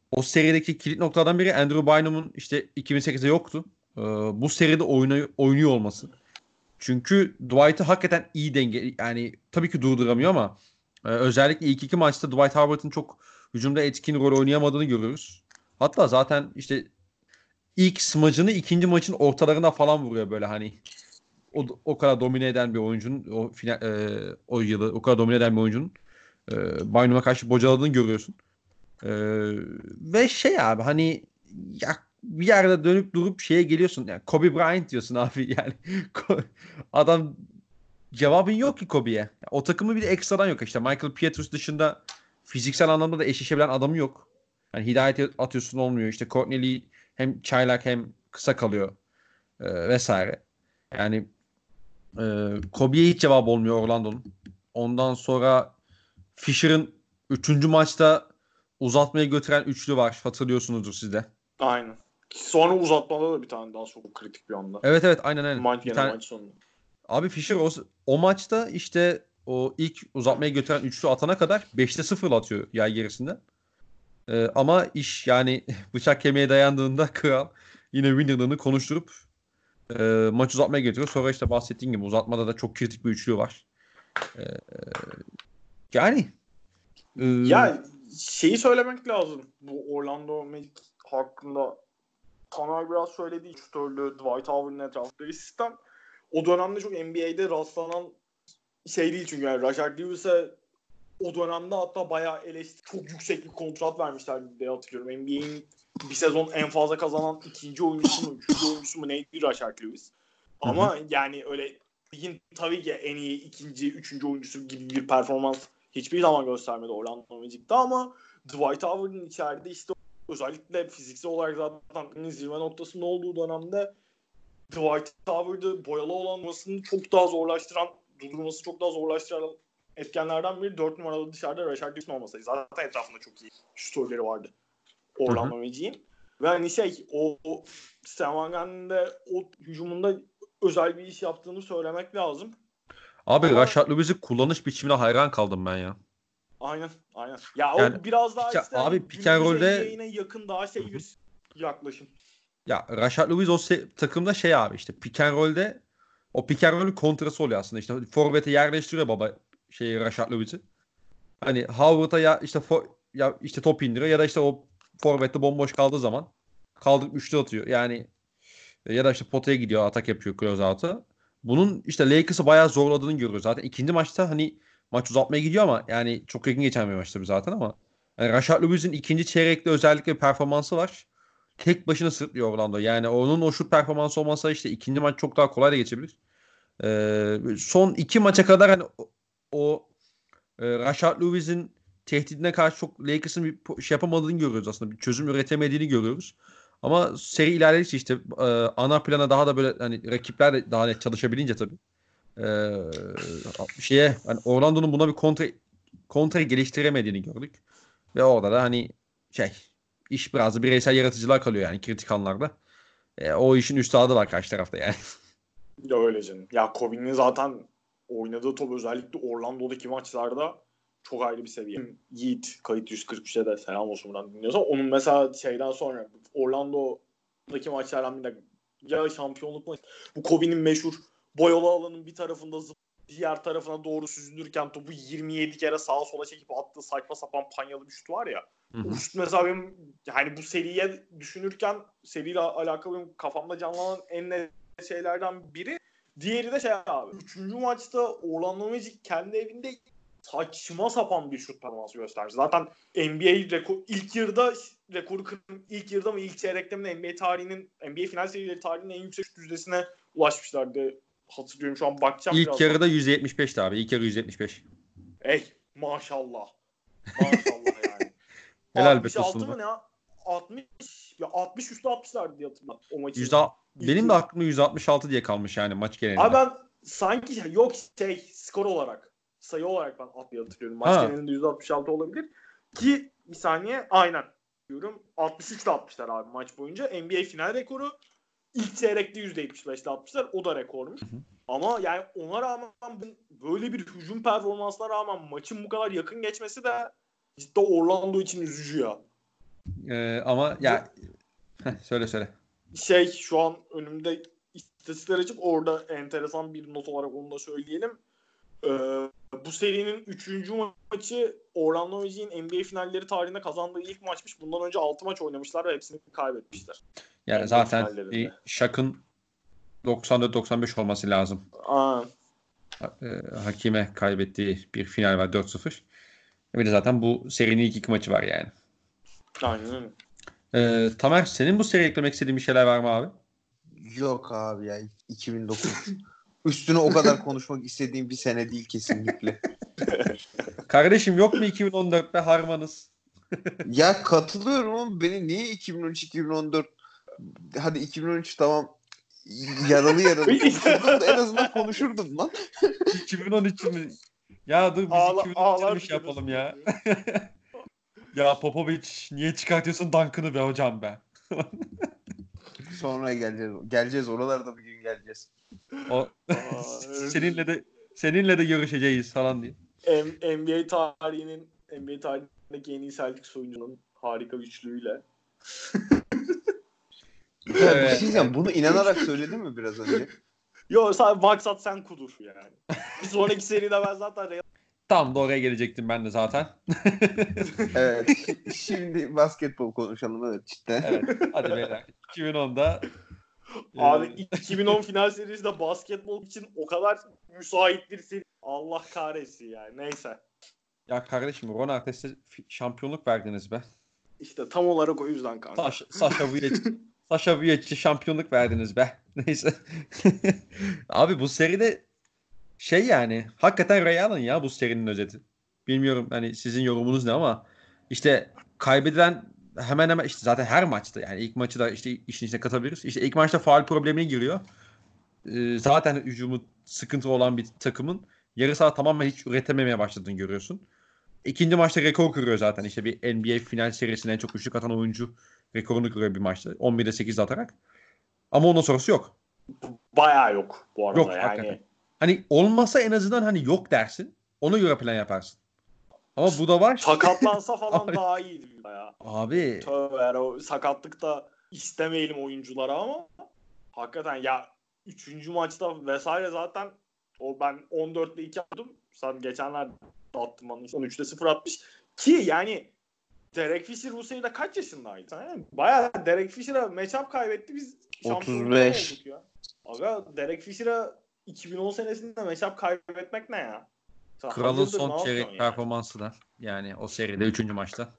o serideki kilit noktalardan biri Andrew Bynum'un işte iki bin sekizde yoktu. Ee, bu seride oyna, oynuyor olması. Çünkü Dwight'ı hakikaten iyi denge, yani tabii ki durduramıyor ama e, özellikle ilk iki maçta Dwight Howard'ın çok hücumda etkin rol oynayamadığını görüyoruz. Hatta zaten işte ilk smacını ikinci maçın ortalarına falan vuruyor böyle hani. O, o kadar domine eden bir oyuncunun o final, e, o yılı o kadar domine eden bir oyuncunun e, Bynum'a karşı bocaladığını görüyorsun. E, ve şey abi hani ya bir yerde dönüp durup şeye geliyorsun. Yani Kobe Bryant diyorsun abi yani. Adam cevabın yok ki Kobe'ye. O takımı bir de ekstradan yok işte. Michael Pietrus dışında fiziksel anlamda da eşleşebilen adamı yok. Yani hidayet atıyorsun olmuyor. İşte Courtney Lee hem çaylak hem kısa kalıyor e, vesaire. Yani e, Kobe'ye hiç cevap olmuyor Orlando'nun. Ondan sonra Fisher'ın üçüncü maçta uzatmaya götüren üçlü var. Hatırlıyorsunuzdur siz de. Aynen. Sonra uzatmada da bir tane daha çok kritik bir anda. Evet evet aynen aynen. Maç Bir gene tane maç sonunda. abi Fisher o, o maçta işte o ilk uzatmaya götüren üçlü atana kadar beşte sıfır atıyor yay gerisinde. Ee, ama iş yani bıçak kemiğe dayandığında kral yine winner'ını konuşturup e, maç uzatmaya getiriyor. Sonra işte bahsettiğim gibi uzatmada da çok kritik bir üçlü var. Ee, yani e, Ya şeyi söylemek lazım. Bu Orlando Magic hakkında Taner biraz söylediği şutörlü Dwight Howard'ın etrafında bir sistem. O dönemde çok N B A'de rastlanan şey değil çünkü yani Rashard Lewis'e o dönemde hatta bayağı eleştiri, çok yüksek bir kontrat vermişler diye hatırlıyorum. N B A'in bir sezon en fazla kazanan ikinci oyuncusu mu, üçüncü oyuncusu mu neydi Rashard Lewis. Ama hı hı. Yani öyle ligin tabii ki en iyi ikinci, üçüncü oyuncusu gibi bir performans hiçbir zaman göstermedi Orlando Magic'te ama Dwight Howard'ın içeride işte özellikle fiziksel olarak zaten zirve noktasında olduğu dönemde Dwight Howard'ı boyalı olmasını çok daha zorlaştıran, durdurması çok daha zorlaştıran etkenlerden biri dört numaralı dışarıda Rashard Lewis'in olmasıydı. Zaten etrafında çok iyi şutörleri vardı Orlando Magic'in. Ve hani şey o, o Stan Van Gundy'nin de o hücumunda özel bir iş yaptığını söylemek lazım. abi Ama, Rashard Lewis'i kullanış biçimine hayran kaldım ben ya. Aynen aynen. Ya yani, o biraz daha pika, işte abi hani pick and roll'de yakın daha şey bir yaklaşım. Ya Rashard Lewis o se- takımda şey abi işte pick and roll'de o pick and roll'ün kontrası oluyor aslında. İşte forvete yerleştiriyor baba şeyi Rashard Lewis'i. Hani Howard'a ya işte for, ya işte top indiriyor ya da işte o forvette bomboş kaldığı zaman kaldırıp üçlü atıyor. Yani ya da işte potaya gidiyor atak yapıyor close out'a. Bunun işte Lakers'ı bayağı zorladığını görüyoruz. Zaten ikinci maçta hani maç uzatmaya gidiyor ama yani çok yakın geçen bir maç tabii zaten ama yani Rashard Lewis'in ikinci çeyrekte özellikle bir performansı var. Tek başına sırtlıyor Orlando. Yani onun o şut performansı olmasa işte ikinci maç çok daha kolay da geçebilir. Ee, son iki maça kadar hani o, o e, Rashard Lewis'in tehdidine karşı çok Lakers'ın bir şey yapamadığını görüyoruz aslında. Bir çözüm üretemediğini görüyoruz. Ama seri ilerledikçe işte e, ana plana daha da böyle hani rakipler de daha net çalışabilince tabii. E, şeye hani Orlando'nun buna bir kontra kontra geliştiremediğini gördük. Ve orada da hani şey iş biraz da bireysel yaratıcılar kalıyor yani kritik anlarda. E, o işin üstadı var karşı tarafta yani. Ya öyle canım. Ya Kobe'nin zaten oynadığı top özellikle Orlando'daki maçlarda çok ayrı bir seviye. Yiğit kayıt yüz kırk üçte de selam olsun buradan dinliyorsa. Onun mesela şeyden sonra Orlando'daki maçlardan bir de ya şampiyonluk maçı. Bu Kobe'nin meşhur boyalı alanın bir tarafında zıp diğer tarafına doğru süzülürken topu yirmi yedi kere sağa sola çekip attığı saçma sapan panyalı bir şut var ya. Hı hı. O şut mesela benim yani bu seriye düşünürken seriyle alakalı benim kafamda canlanan en net şeylerden biri. Diğeri de şey abi. Üçüncü maçta Orlando Magic kendi evinde saçma sapan bir şut performansı göstermiş. Zaten N B A rekor, ilk yarıda rekoru kırın, ilk yarıda mı ilk çeyrekte mi N B A tarihinin N B A final serileri tarihinin en yüksek şut yüzdesine ulaşmışlardı. Hatırlıyorum şu an bakacağım İlk birazdan. yarıda yüzde yetmiş beşti abi. İlk yarı yüzde yetmiş beş. Ey maşallah. Maşallah yani. Helal be altmış altı Tosun'uma. mı ne? altmış ya altmış üstü altmışlardı diye hatırlıyorum o maçı. yüzde, benim de aklımda yüzde altmış altı diye kalmış yani maç genelinde. Abi ben sanki yok şey skor olarak sayı olarak ben atlayı hatırlıyorum. Maç Ha. genelinde yüzde altmış altı olabilir. Ki bir saniye aynen diyorum. altmış üçle atmışlar abi maç boyunca. N B A final rekoru. İlk çeyrekte yüzde yetmiş beşle atmışlar. O da rekormuş. Hı hı. Ama yani ona rağmen böyle bir hücum performansına rağmen maçın bu kadar yakın geçmesi de cidden Orlando için üzücü ya. Ee, ama ya heh, söyle söyle. Şey şu an önümde istatistikler açık. Orada enteresan bir not olarak onu da söyleyelim. Ee, bu serinin üçüncü maçı Orlando Magic'in N B A finalleri tarihinde kazandığı ilk maçmış. Bundan önce altı maç oynamışlar ve hepsini kaybetmişler. Yani N B A zaten finallerinde. Shaq'ın doksan dört doksan beş olması lazım. Aa. E, Hakime kaybettiği bir final var dört sıfır. Bir de zaten bu serinin ilk iki maçı var yani. Aynen öyle. E, Tamer, senin bu seriye eklemek istediğin bir şeyler var mı abi? Yok abi ya iki bin dokuz. Üstüne o kadar konuşmak istediğim bir sene değil kesinlikle. Kardeşim yok mu iki bin on dörtte harmanız? Ya katılıyorum ama beni niye iki bin on üç iki bin on dört hadi iki bin on üç tamam yaralı yaralı konuşurdum da en azından konuşurdum lan. iki bin on üç mü? Ya dur biz Ağla, iki bin on üç yapalım ya. Ya Popovic niye çıkartıyorsun Duncan'ı be hocam be? Sonra geleceğiz. Geleceğiz oralarda bir gün geleceğiz. O seninle de seninle de görüşeceğiz falan diye. N B A tarihinin N B A tarihindeki en iyi Celtics oyuncunun harika üçlüğüyle. Ya bir şey diyeceğim. Bunu inanarak söyledin mi biraz önce? Yok sadece maksat sen kudur yani. Bir sonraki seride ben zaten Real... Tam da oraya gelecektim ben de zaten. Evet. Şimdi basketbol konuşalım evet cidden. Evet. Hadi beyler. iki bin onda Abi e... iki bin on final serisinde basketbol için o kadar müsait bir seri. Allah kahretsin yani. Neyse. Ya kardeşim Ron Artest'e şampiyonluk verdiniz be. İşte tam olarak o yüzden kanka. Saş, Sasha Vujic Sasha Vujic'e şampiyonluk verdiniz be. Neyse. Abi bu seride şey yani hakikaten Ray Allen ya bu serinin özeti. Bilmiyorum hani sizin yorumunuz ne ama işte kaybedilen hemen hemen işte zaten her maçta yani ilk maçı da işte işin içine katabiliriz. İşte ilk maçta faul problemine giriyor. Ee, zaten hücumu sıkıntı olan bir takımın yarı saha tamamen hiç üretememeye başladığını görüyorsun. İkinci maçta rekor kırıyor zaten. İşte bir N B A final serisinde en çok üçlük atan oyuncu rekorunu kırıyor bir maçta. on birde sekiz atarak. Ama ondan sonrası yok. Bayağı yok bu arada Yok yani. hakikaten. Hani olmasa en azından hani yok dersin. Ona göre plan yaparsın. Ama bu da var. Sakatlansa falan Abi, daha iyiydi ya. abi. Tövbe yani o sakatlıkta istemeyelim oyunculara ama hakikaten ya üçüncü maçta vesaire zaten o ben on dörtte iki attım. Sen geçenlerde attım bana. on üçte sıfır atmış. Ki yani Derek Fisher bu seride kaç yaşındaydı? Yani bayağı Derek Fisher'a matchup kaybetti. Biz şampiyon olduk ya. Aga Derek Fisher'a iki bin on senesinde matchup kaybetmek ne ya? Sen Kralın hayırdır, son ne çeyrek yapıyorsun performansı da. Yani o seride üçüncü maçta.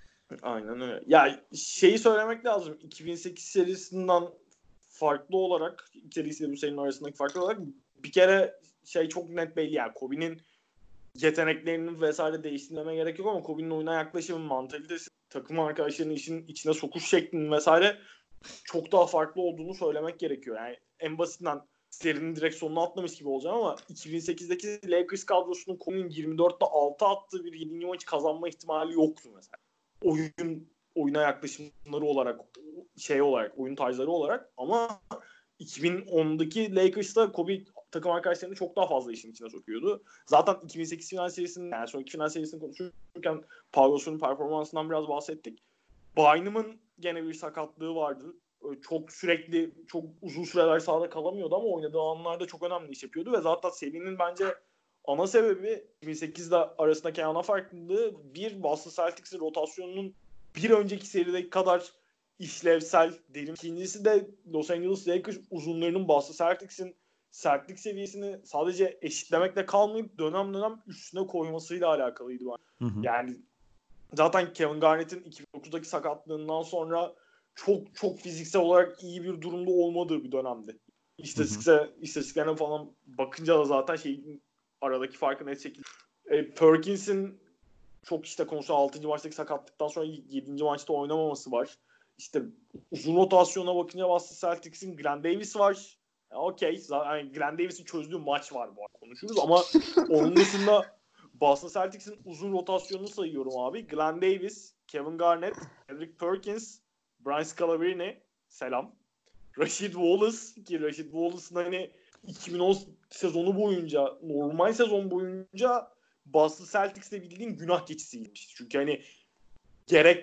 Aynen öyle. Ya şeyi söylemek lazım. iki bin sekiz serisinden farklı olarak serisiyle bu serinin arasındaki farklı olarak bir kere şey çok net belli yani Kobe'nin yeteneklerinin vesaire değiştirmeme gerek yok ama Kobe'nin oyuna yaklaşımı, mantalitesi, takım arkadaşlarının işin içine sokuş şeklinin vesaire çok daha farklı olduğunu söylemek gerekiyor. Yani en basitinden serinin direkt sonuna atlamış gibi olacağım ama iki bin sekizdeki Lakers kadrosunun Kobe'nin yirmi dörtte altı attığı bir yedinci maçı kazanma ihtimali yoktu mesela. Oyun oyuna yaklaşımları olarak şey olarak oyun tarzları olarak ama iki bin ondaki Lakers'ta Kobe takım arkadaşlarını çok daha fazla işin içine sokuyordu. Zaten iki bin sekiz final serisinin yani sonraki final serisini konuşurken Paul Gassol'un performansından biraz bahsettik. Bynum'un gene bir sakatlığı vardı. Çok sürekli çok uzun süreler sahada kalamıyordu ama oynadığı anlarda çok önemli iş yapıyordu ve zaten serinin bence ana sebebi iki bin sekizde arasındaki ana farklılığı bir Boston Celtics'in rotasyonunun bir önceki serideki kadar işlevsel derin. İkincisi de Los Angeles Lakers uzunlarının Boston Celtics'in sertlik seviyesini sadece eşitlemekle kalmayıp dönem dönem üstüne koymasıyla alakalıydı. Hı hı. Yani zaten Kevin Garnett'in iki bin dokuzdaki sakatlığından sonra çok çok fiziksel olarak iyi bir durumda olmadığı bir dönemdi. İstatistiksel, istatistiklerine falan bakınca da zaten şey aradaki farkı net şekilde. E, Perkins'in çok işte konuşulan altıncı maçtaki sakatlıktan sonra yedinci maçta oynamaması var. İşte uzun rotasyona bakınca Boston Celtics'in Glenn Davis var. Yani okey. Yani Glenn Davis'in çözdüğü maç var bu arada konuşuruz ama onun dışında Boston Celtics'in uzun rotasyonunu sayıyorum abi. Glenn Davis, Kevin Garnett, Kendrick Perkins, Brian Scalabrine, selam. Rashid Wallace ki Rashid Wallace'ın hani iki bin on sezonu boyunca normal sezon boyunca Boston Celtics'le bildiğin günah keçisiymiş. Çünkü hani gerek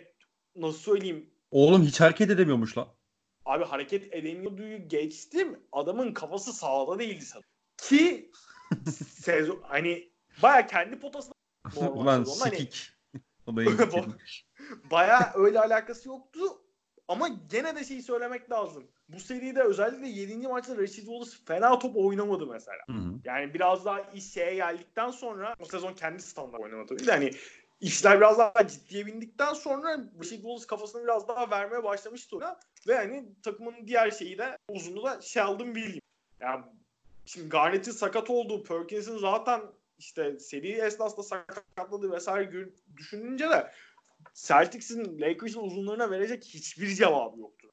nasıl söyleyeyim? Oğlum hiç hareket edemiyormuş lan. Abi hareket edemiyorduyu geçtim. Adamın kafası sahada değildi sanırım. Ki sezon hani baya kendi potasına Ulan sikik. Hani, baya öyle alakası yoktu. Ama gene de şeyi söylemek lazım. Bu seride özellikle yedinci maçta Rasheed Wallace fena top oynamadı mesela. Hı hı. Yani biraz daha iş şeye geldikten sonra o sezon kendi standart oynamadı tabii de hani işler biraz daha ciddiye bindikten sonra Rasheed Wallace kafasını biraz daha vermeye başlamıştı ona. Ve hani takımın diğer şeyi de uzunu da Sheldon Williams. Yani şimdi Garnett'in sakat olduğu, Perkins'in zaten işte seri esnasında sakatladığı vesaire düşününce de Celtics'in Lakers'ın uzunlarına verecek hiçbir cevabı yoktu.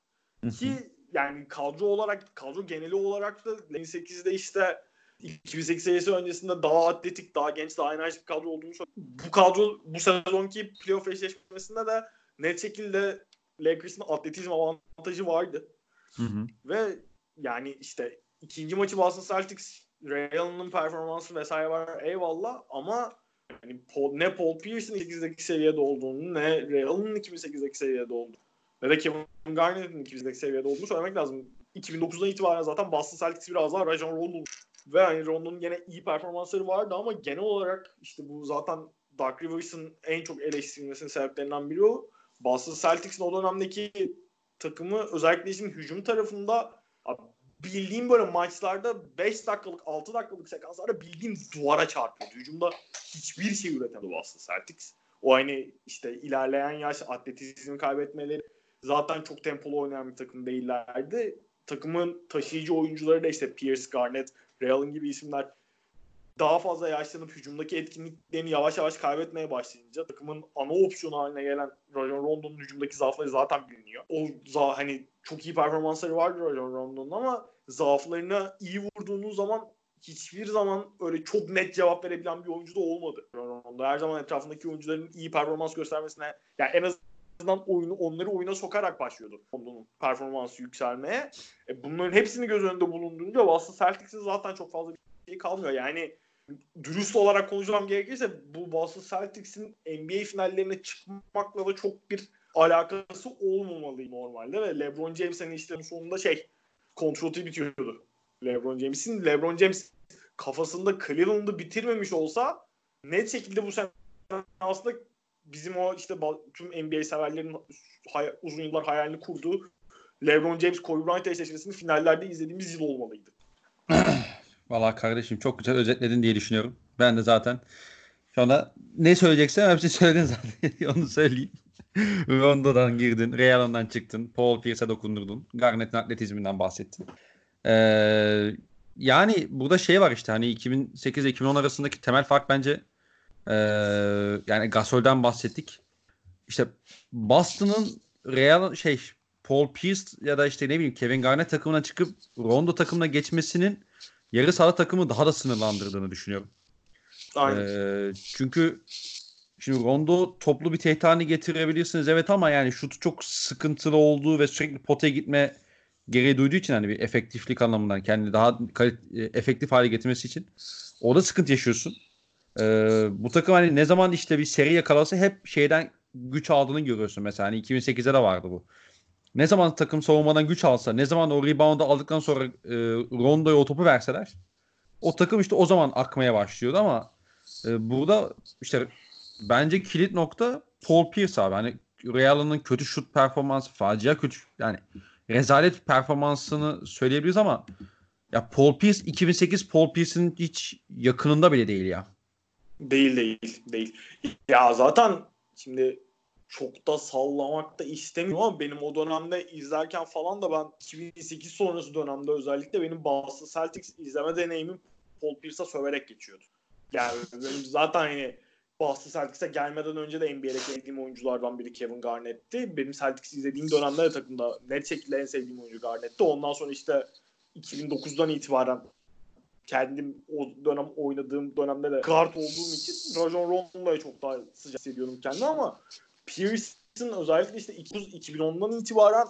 Ki yani kadro olarak, kadro geneli olarak da yirmi sekizde işte iki bin sekiz serisi öncesinde daha atletik, daha genç, daha enerjik bir kadro olduğunu söylüyorum. Bu kadro bu sezonki playoff eşleşmesinde de net şekilde Lakers'ın atletizm avantajı vardı. Hı hı. Ve yani işte ikinci maçı Boston Celtics, Ray Allen'ın performansı vesaire var eyvallah ama yani Paul, ne Paul Pierce'ın iki bin sekizdeki seviyede olduğunu, ne Ray Allen'ın iki bin sekizdeki seviyede olduğunu, ne de Kevin Garnett'in iki bin sekizdeki seviyede olduğunu söylemek lazım. iki bin dokuzdan itibaren zaten Boston Celtics biraz daha Rajon Rondo ve hani Rondo'nun yine iyi performansları vardı ama genel olarak işte bu zaten Doc Rivers'ın en çok eleştirilmesinin sebeplerinden biri o. Boston Celtics'in o dönemdeki takımı özellikle şimdi hücum tarafında bildiğim böyle maçlarda beş dakikalık altı dakikalık sekanslarda bildiğim duvara çarpıyordu. Hücumda hiçbir şey üretemedi Boston Celtics. O hani işte ilerleyen yaş atletizmi kaybetmeleri zaten çok tempolu oynayan bir takım değillerdi. Takımın taşıyıcı oyuncuları da işte Pierce, Garnett, Ray Allen gibi isimler daha fazla yaşlanıp hücumdaki etkinliklerini yavaş yavaş kaybetmeye başlayınca takımın ana opsiyonu haline gelen Rajon Rondo'nun hücumdaki zaafları zaten biliniyor. O za- hani çok iyi performansları vardır Rajon Rondo'nun ama zaaflarına iyi vurduğunuz zaman hiçbir zaman öyle çok net cevap verebilen bir oyuncu da olmadı. Rajon Rondo her zaman etrafındaki oyuncuların iyi performans göstermesine yani en azından oyunu onları oyuna sokarak başlıyordu Rondo'nun performansı yükselmeye. E bunların hepsini göz önünde bulundurunca Boston Celtics'in zaten çok fazla bir şey kalmıyor. Yani dürüst olarak konuşmam gerekirse bu Boston Celtics'in N B A finallerine çıkmakla da çok bir alakası olmamalı normalde ve LeBron James'in işlerin sonunda şey kontrolü bitiyordu. LeBron James'in LeBron James kafasında Cleveland'ı bitirmemiş olsa net şekilde bu sene aslında bizim o işte tüm N B A severlerin hay- uzun yıllar hayalini kurduğu LeBron James Kobe Bryant eşleşmesini finallerde izlediğimiz yıl olmalıydı. Vallahi kardeşim çok güzel özetledin diye düşünüyorum. Ben de zaten şu anda ne söyleyeceksem hepsini söyledin zaten. Onu söyleyeyim. Rondo'dan girdin. Ray Allen'dan çıktın. Paul Pierce'a dokundurdun. Garnett'in atletizminden bahsettin. Ee, yani burada şey var işte hani iki bin sekiz ile iki bin on arasındaki temel fark bence ee, yani Gasol'den bahsettik. İşte Boston'ın Real şey Paul Pierce ya da işte ne bileyim Kevin Garnett takımına çıkıp Rondo takımına geçmesinin yarı saha takımı daha da sınırlandırdığını düşünüyorum. Aynen. Ee, çünkü şimdi Rondo toplu bir tehdit haline getirebilirsiniz evet ama yani şutu çok sıkıntılı olduğu ve sürekli potaya gitme gereği duyduğu için hani bir efektiflik anlamından kendini daha kalit- efektif hale getirmesi için orada sıkıntı yaşıyorsun. Ee, bu takım hani ne zaman işte bir seri yakalasa hep şeyden güç aldığını görüyorsun mesela. Hani iki bin sekizde de vardı bu. Ne zaman takım savunmadan güç alsa, ne zaman o rebound'u aldıktan sonra e, Rondo'ya o topu verseler o takım işte o zaman akmaya başlıyordu ama e, burada işte bence kilit nokta Paul Pierce abi. Hani Real'ın kötü şut performansı, facia kötü yani rezalet performansını söyleyebiliriz ama ya Paul Pierce iki bin sekiz Paul Pierce'in hiç yakınında bile değil ya. Değil değil değil. Ya zaten şimdi çok da sallamak da istemiyorum ama benim o dönemde izlerken falan da ben iki bin sekiz sonrası dönemde özellikle benim Boston Celtics izleme deneyimim Paul Pierce'a söverek geçiyordu. Yani benim zaten hani Boston Celtics'e gelmeden önce de N B A'de sevdiğim oyunculardan biri Kevin Garnett'ti. Benim Celtics izlediğim dönemde de takımda net şekilde en sevdiğim oyuncu Garnett'ti. Ondan sonra işte iki bin dokuzdan itibaren kendim o dönem oynadığım dönemde de guard olduğum için Rajon Rondo'ya çok daha sıcak hissediyorum kendimi ama Pierce'ın özellikle işte iki bin ondan itibaren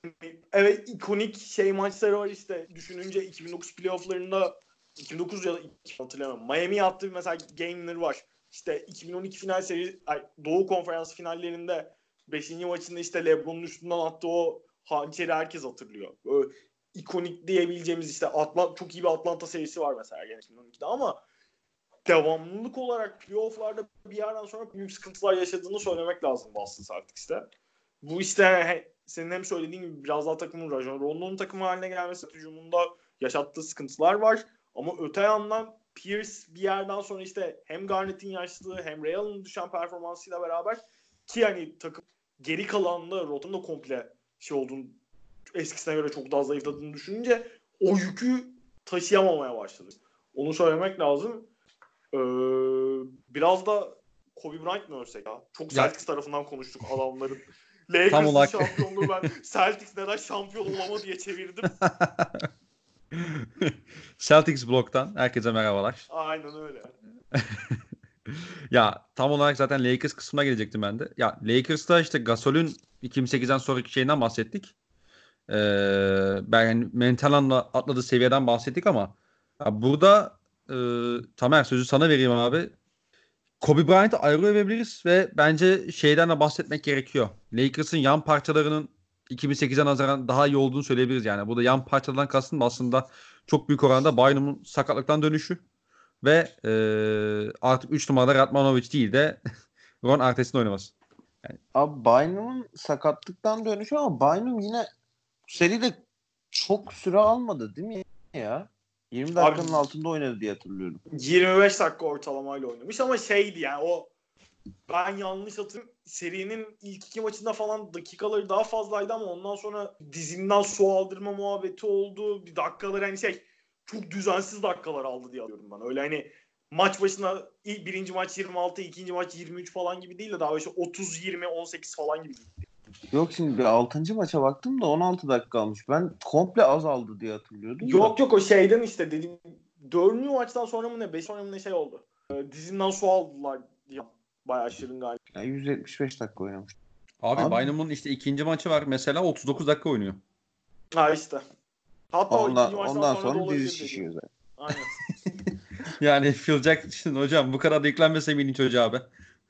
evet ikonik şey maçları var işte düşününce iki bin dokuz playofflarında iki bin dokuz ya da hatırlamıyorum. Miami'ye attığı mesela game winner var. İşte iki bin on iki final seri Doğu Konferansı finallerinde beşinci maçında işte LeBron'un üstünden attığı o hançeri herkes hatırlıyor. Böyle ikonik diyebileceğimiz işte Atlant çok iyi bir Atlanta serisi var mesela yani iki bin on ikide ama devamlılık olarak playoff'larda bir yerden sonra büyük sıkıntılar yaşadığını söylemek lazım Boston Celtics'te. Bu işte senin hem söylediğin gibi biraz daha takımın Rajon Rondo'nun takım haline gelmesi hücumunda yaşattığı sıkıntılar var. Ama öte yandan Pierce bir yerden sonra işte hem Garnett'in yaşlılığı hem Ray Allen'ın düşen performansıyla beraber ki hani takım geri kalanında rotanın da komple şey olduğunu eskisine göre çok daha zayıfladığını düşününce o yükü taşıyamamaya başladı. Onu söylemek lazım. Ee, biraz da Kobe Bryant mı örsek ya? Çok Celtics ya. Tarafından konuştuk adamların. Lakers'ın olarak... şampiyonluğu ben Celtics neden şampiyon olamadı diye çevirdim. Celtics bloktan herkese merhabalar. Aynen öyle. Ya tam olarak zaten Lakers kısmına gelecektim ben de. Ya Lakers'ta işte Gasol'ün iki bin sekizden sonraki şeyinden bahsettik. Ee, ben yani mental anla atladığı seviyeden bahsettik ama ya burada e, Tamer sözü sana vereyim abi. Kobe Bryant'ı ayrılabiliriz ve bence şeyden de bahsetmek gerekiyor. Lakers'ın yan parçalarının iki bin sekizden nazaran daha iyi olduğunu söyleyebiliriz yani. Burada yan parçalardan kastım aslında çok büyük oranda Bynum'un sakatlıktan dönüşü ve e, artık üç numarada Radmanovic değil de Ron Artest'in oynaması. Yani. Abi Bynum'un sakatlıktan dönüşü ama Bynum yine seride çok süre almadı değil mi ya? yirmi dakikanın Abi, altında oynadı diye hatırlıyorum. yirmi beş dakika ortalamayla oynamış ama şeydi yani o ben yanlış hatırlıyorum serinin ilk iki maçında falan dakikaları daha fazlaydı ama ondan sonra dizinden su aldırma muhabbeti oldu. Bir dakikalar hani şey çok düzensiz dakikalar aldı diye alıyorum ben. Öyle hani maç başına ilk birinci maç yirmi altı, ikinci maç yirmi üç falan gibi değil de daha böyle otuz yirmi on sekiz falan gibi. Yok şimdi bir altıncı maça baktım da on altı dakika almış. Ben komple azaldı diye hatırlıyordum. Yok da. yok o şeyden işte dediğim dördüncü maçtan sonra mı ne beş sonra mı ne şey oldu. Ee, dizinden su aldılar diye bayağı şirin galiba. Yani yüz yetmiş beş dakika oynamış. Abi, Abi Bynum'un işte ikinci maçı var mesela otuz dokuz dakika oynuyor. Ha işte. Hatta ondan, o ikinci maçtan ondan sonra, sonra dizi şişiyor zaten. Aynen. Yani Phil Jackson hocam bu kadar da yüklenmese miydi çocuğa abi?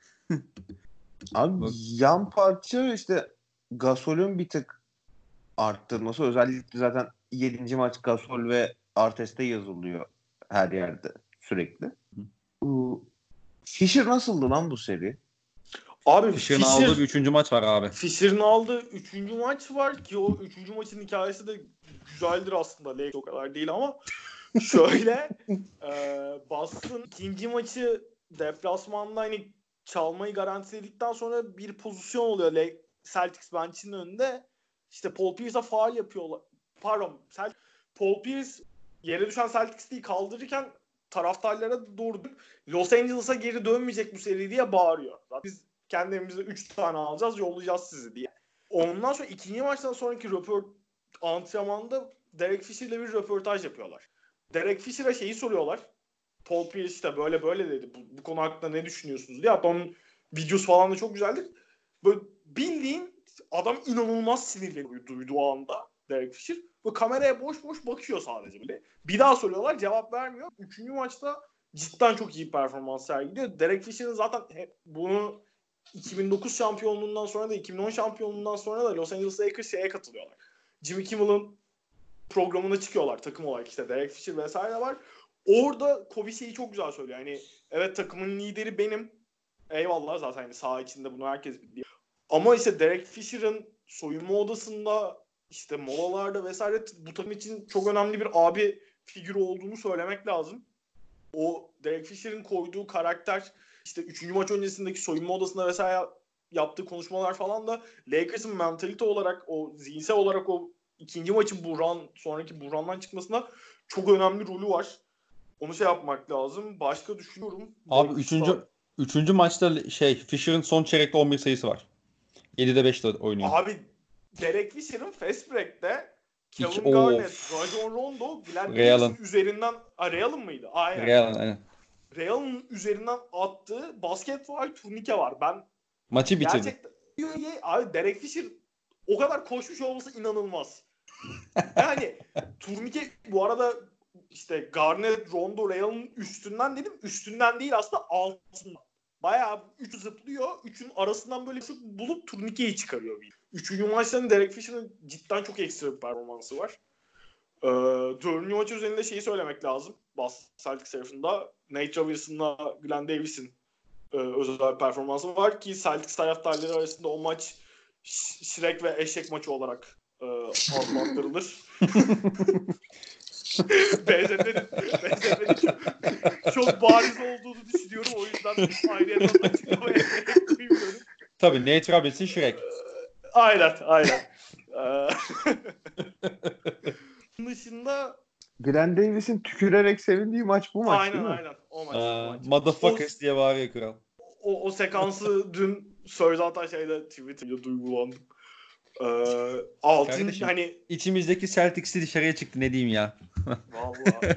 Abi Bak. Yan parça işte Gasol'ün bir tık arttırması özellikle zaten yedinci maç Gasol ve Artest'e yazılıyor her yerde sürekli. Hı. Fisher nasıldı lan bu seri? Abi Fisher'ın Fisher, aldığı bir üçüncü maç var abi. Fisher'ın aldığı üçüncü maç var ki o üçüncü maçın hikayesi de güzeldir aslında. Lakers o kadar değil ama şöyle e, Boston ikinci maçı deplasmanda hani çalmayı garantiledikten sonra bir pozisyon oluyor Celtics bench'in önünde. İşte Paul Pierce'a faul yapıyorlar. Pardon. Paul Pierce yere düşen Celtics'i kaldırırken taraftarlara durdu. Los Angeles'a geri dönmeyecek bu seri diye bağırıyor. Zaten biz kendimize üç tane alacağız, yollayacağız sizi diye. Ondan sonra ikinci maçtan sonraki röport antrenmanda Derek Fisher'le bir röportaj yapıyorlar. Derek Fisher'a şeyi soruyorlar. Paul Pierce işte böyle böyle dedi. Bu, bu konu hakkında ne düşünüyorsunuz diye. Hatta onun videosu falan da çok güzeldir. Böyle bildiğin adam inanılmaz sinirleniyor duyduğu anda Derek Fisher. Bu kameraya boş boş bakıyor sadece bile. Bir daha soruyorlar cevap vermiyor. Üçüncü maçta cidden çok iyi performans sergiliyor. Derek Fisher'ın zaten bunu iki bin dokuz şampiyonluğundan sonra da iki bin on şampiyonluğundan sonra da Los Angeles Lakers şeye katılıyorlar. Jimmy Kimmel'ın programına çıkıyorlar takım olarak işte Derek Fisher vesaire var. Orada Kobe şeyi çok güzel söylüyor. Yani evet takımın lideri benim. Eyvallah zaten yani saha içinde bunu herkes biliyor. Ama işte Derek Fisher'ın soyunma odasında işte molalarda vesaire bu takım için çok önemli bir abi figürü olduğunu söylemek lazım. O Derek Fisher'ın koyduğu karakter işte üçüncü maç öncesindeki soyunma odasında vesaire yaptığı konuşmalar falan da Lakers'ın mentalite olarak o zihinsel olarak o ikinci maçın buhran sonraki buhrandan çıkmasında çok önemli rolü var. Onu şey yapmak lazım. Başka düşünüyorum. Abi üçüncü üçüncü maçta şey Fisher'ın son çeyrekte on bir sayısı var. yedide beşte oynuyor. Abi Derek Fisher'ın fast break'te Kevin İki, Garnett, Rajon Rondo, Glenn Davis'in üzerinden Real'ın mıydı? Aynen. Real'ın aynen. Real'ın üzerinden attığı basket var, turnike var. Ben maçı bitirdi. Gerçekten abi Derek Fisher o kadar koşmuş olması inanılmaz. Yani turnike bu arada işte Garnett, Rondo, Real'ın üstünden dedim. Üstünden değil aslında altından. bayağı üç zıplıyor. Üçün arasından böyle şut bulup turnikeyi çıkarıyor. Üçüncü maçların Derek Fisher'ın cidden çok ekstra bir performansı var. Ee, dördüncü maç üzerinde şeyi söylemek lazım. Boston Celtics tarafında Nate Robinson'la Glenn Davis'in e, özel bir performansı var ki Celtics taraftarları arasında o maç Ş- Shrek ve eşek maçı olarak e, adlandırılır. Benzetmenin, benzetmenin çok, çok bariz olduğunu düşünüyorum. O yüzden ayrıca açıklamaya gerek duymuyorum. Tabii Nate Robinson Shrek. Aynen, aynen. Bunun dışında Glenn Davis'in tükürerek sevindiği maç bu maç aynen, değil mi? Aynen o maç. Aa, O maç. motherfuckers O, diye bağırıyor kral. o, o sekansı dün söz zaten şeyde Twitter'da duygulandım. Ee, altın Kardeşim, hani içimizdeki Celtics'i dışarıya çıktı ne diyeyim ya. vallahi.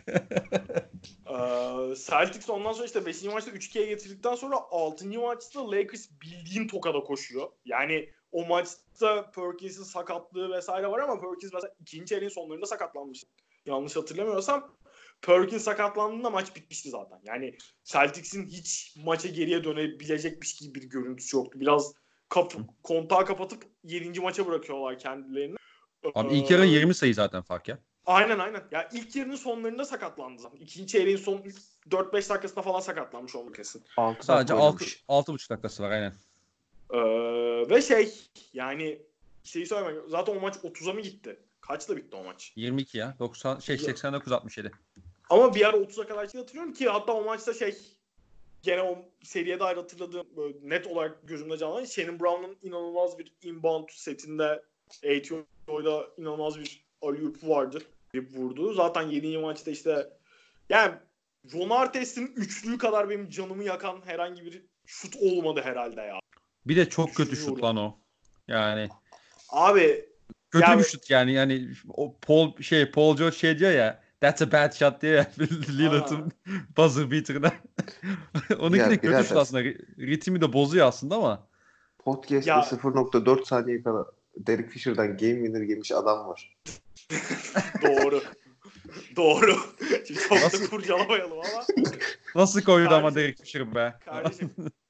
ee, Celtics ondan sonra işte beşinci maçta üç ikiye getirdikten sonra altıncı maçta Lakers bildiğin tokada koşuyor. Yani o maçta Perkins'in sakatlığı vesaire var ama Perkins mesela ikinci çeyreğin sonlarında sakatlanmış. Yanlış hatırlamıyorsam Perkins sakatlandığında maç bitmişti zaten. Yani Celtics'in hiç maça geriye dönebilecekmiş gibi bir görüntüsü yoktu. Biraz kap- kontağı kapatıp yedinci maça bırakıyorlar kendilerini. Abi ilk yarı yirmi sayı zaten fark ya. Aynen aynen. Ya ilk yarının sonlarında sakatlandı zaten. İkinci çeyreğin son dört beş dakikasında falan sakatlanmış olmak kesin. Sadece altı buçuk dakikası var aynen. Ee, ve şey yani şeyi söylemek zaten o maç otuza mı gitti? Kaçla bitti o maç? yirmi iki ya. doksan şey seksen dokuz altmış yedi. Ama bir ara otuza kadar hatırlıyorum ki hatta o maçta şey gene o seriye dair hatırladığım böyle net olarak gözümde canlanan Shannon Brown'un inanılmaz bir inbound setinde A T O'da inanılmaz bir alley-oop vardı. Bir vurdu. Zaten yedinci maçta işte yani Ron Artest'in üçlüğü kadar benim canımı yakan herhangi bir şut olmadı herhalde ya. Bir de çok kötü şut lan o. Yani abi kötü ya, bir şut yani yani o Paul şey Paul George şey diyor ya that's a bad shot diyor ya Lillard'ın buzzer beater'ına. Onunki de kötü şut aslında. Ritmi de bozuyor aslında ama. Podcast'te sıfır nokta dört saniye kadar Derek Fisher'dan game winner yemiş adam var. Doğru. Doğru. Şimdi çok da kurcalamayalım ama. Nasıl koydu ama Derek Fisher be. Kardeşim.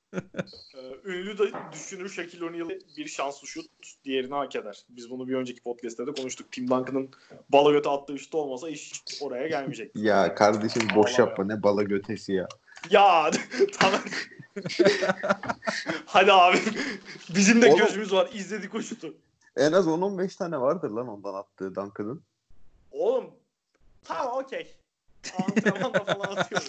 Ünlü de düşünür Shaquille O'Neal bir şanslı şut diğerini hak eder. Biz bunu bir önceki podcast'te de konuştuk. Tim Duncan'ın bala göte attığı şut olmasa iş oraya gelmeyecek. Ya kardeşim boş yapma ya. Ne bala götesi ya. Ya tamam. Hadi abi. Bizim de Oğlum, gözümüz var. İzledik o şutu. En az on on beş tane vardır lan ondan attığı Duncan'ın. Oğlum tamam okey. Antrenmanda falan atıyor.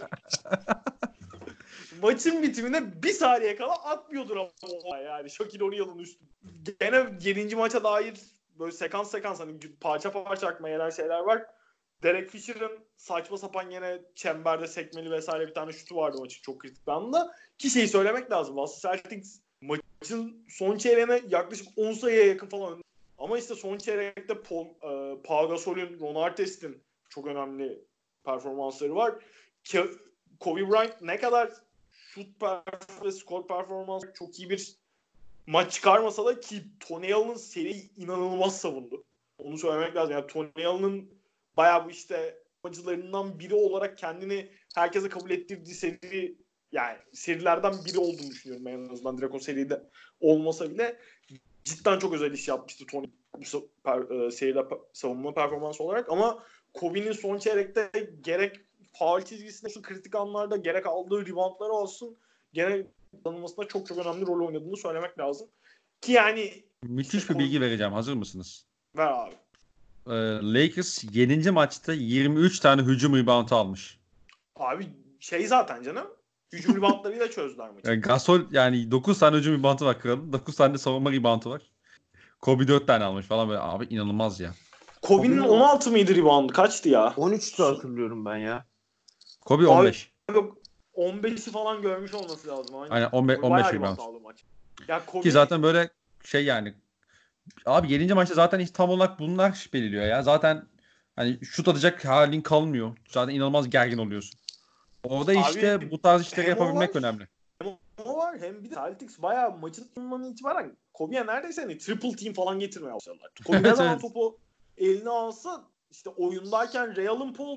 Maçın bitimine bir saniye kala atmıyordur ama yani Shaquille O'Neal'ın üstü. Gene yedinci maça dair böyle sekans sekans hani parça parça aklıma gelen şeyler var. Derek Fisher'ın saçma sapan yine çemberde sekmeli vesaire bir tane şutu vardı maçın çok kritik bir anda. Ki şeyi söylemek lazım. Boston Celtics maçın son çeyreğine yaklaşık on sayıya yakın falan. Ama işte son çeyrekte Paul, e, Pau Gasol'ün, Ron Artest'in çok önemli performansları var. Ki Kobe Bryant ne kadar şut performansı ve skor performansı çok iyi bir maç çıkarmasa da ki Tony Allen'ın seriyi inanılmaz savundu. Onu söylemek lazım. Yani Tony Allen'ın bayağı bu işte oyuncularından biri olarak kendini herkese kabul ettirdiği seri yani serilerden biri olduğunu düşünüyorum en azından. Direkt o seride olmasa bile cidden çok özel iş yapmıştı Tony bu per, e, seride savunma performansı olarak ama Kobe'nin son çeyrekte gerek faul çizgisinde şu kritik anlarda gerek aldığı reboundları olsun gerek tanınmasında çok çok önemli rol oynadığını söylemek lazım. Ki yani müthiş işte bir bilgi vereceğim. Hazır mısınız? Ver abi. Ee, Lakers yedinci maçta yirmi üç tane hücum reboundu almış. Abi şey zaten canım. Hücum reboundlarıyla çözdüler maçı. Yani Gasol yani dokuz tane hücum reboundu var kralın. dokuz tane de savunma reboundu var. Kobe dört tane almış falan böyle. Abi inanılmaz ya. Kobe'nin on altı mıydı reboundu? Kaçtı ya? on üçtü hatırlıyorum ben ya. Kobe on beş. Abi, on beşi falan görmüş olması lazım. Aynen, Aynen on beş, on beş rebound. Ya Kobe... Ki zaten böyle şey yani abi yedinci maçta zaten hiç tam olarak bunlar belirliyor ya. Zaten hani şut atacak halin kalmıyor. Zaten inanılmaz gergin oluyorsun. Orada abi, işte bu tarz işleri yapabilmek var, önemli. Hem o var hem bir de Celtics bayağı maçın sonundan itibaren Kobe'ye neredeyse hani triple team falan getirmeye başladılar. Kobe ne zaman topu eline alsa işte oyundayken Ray Allen Paul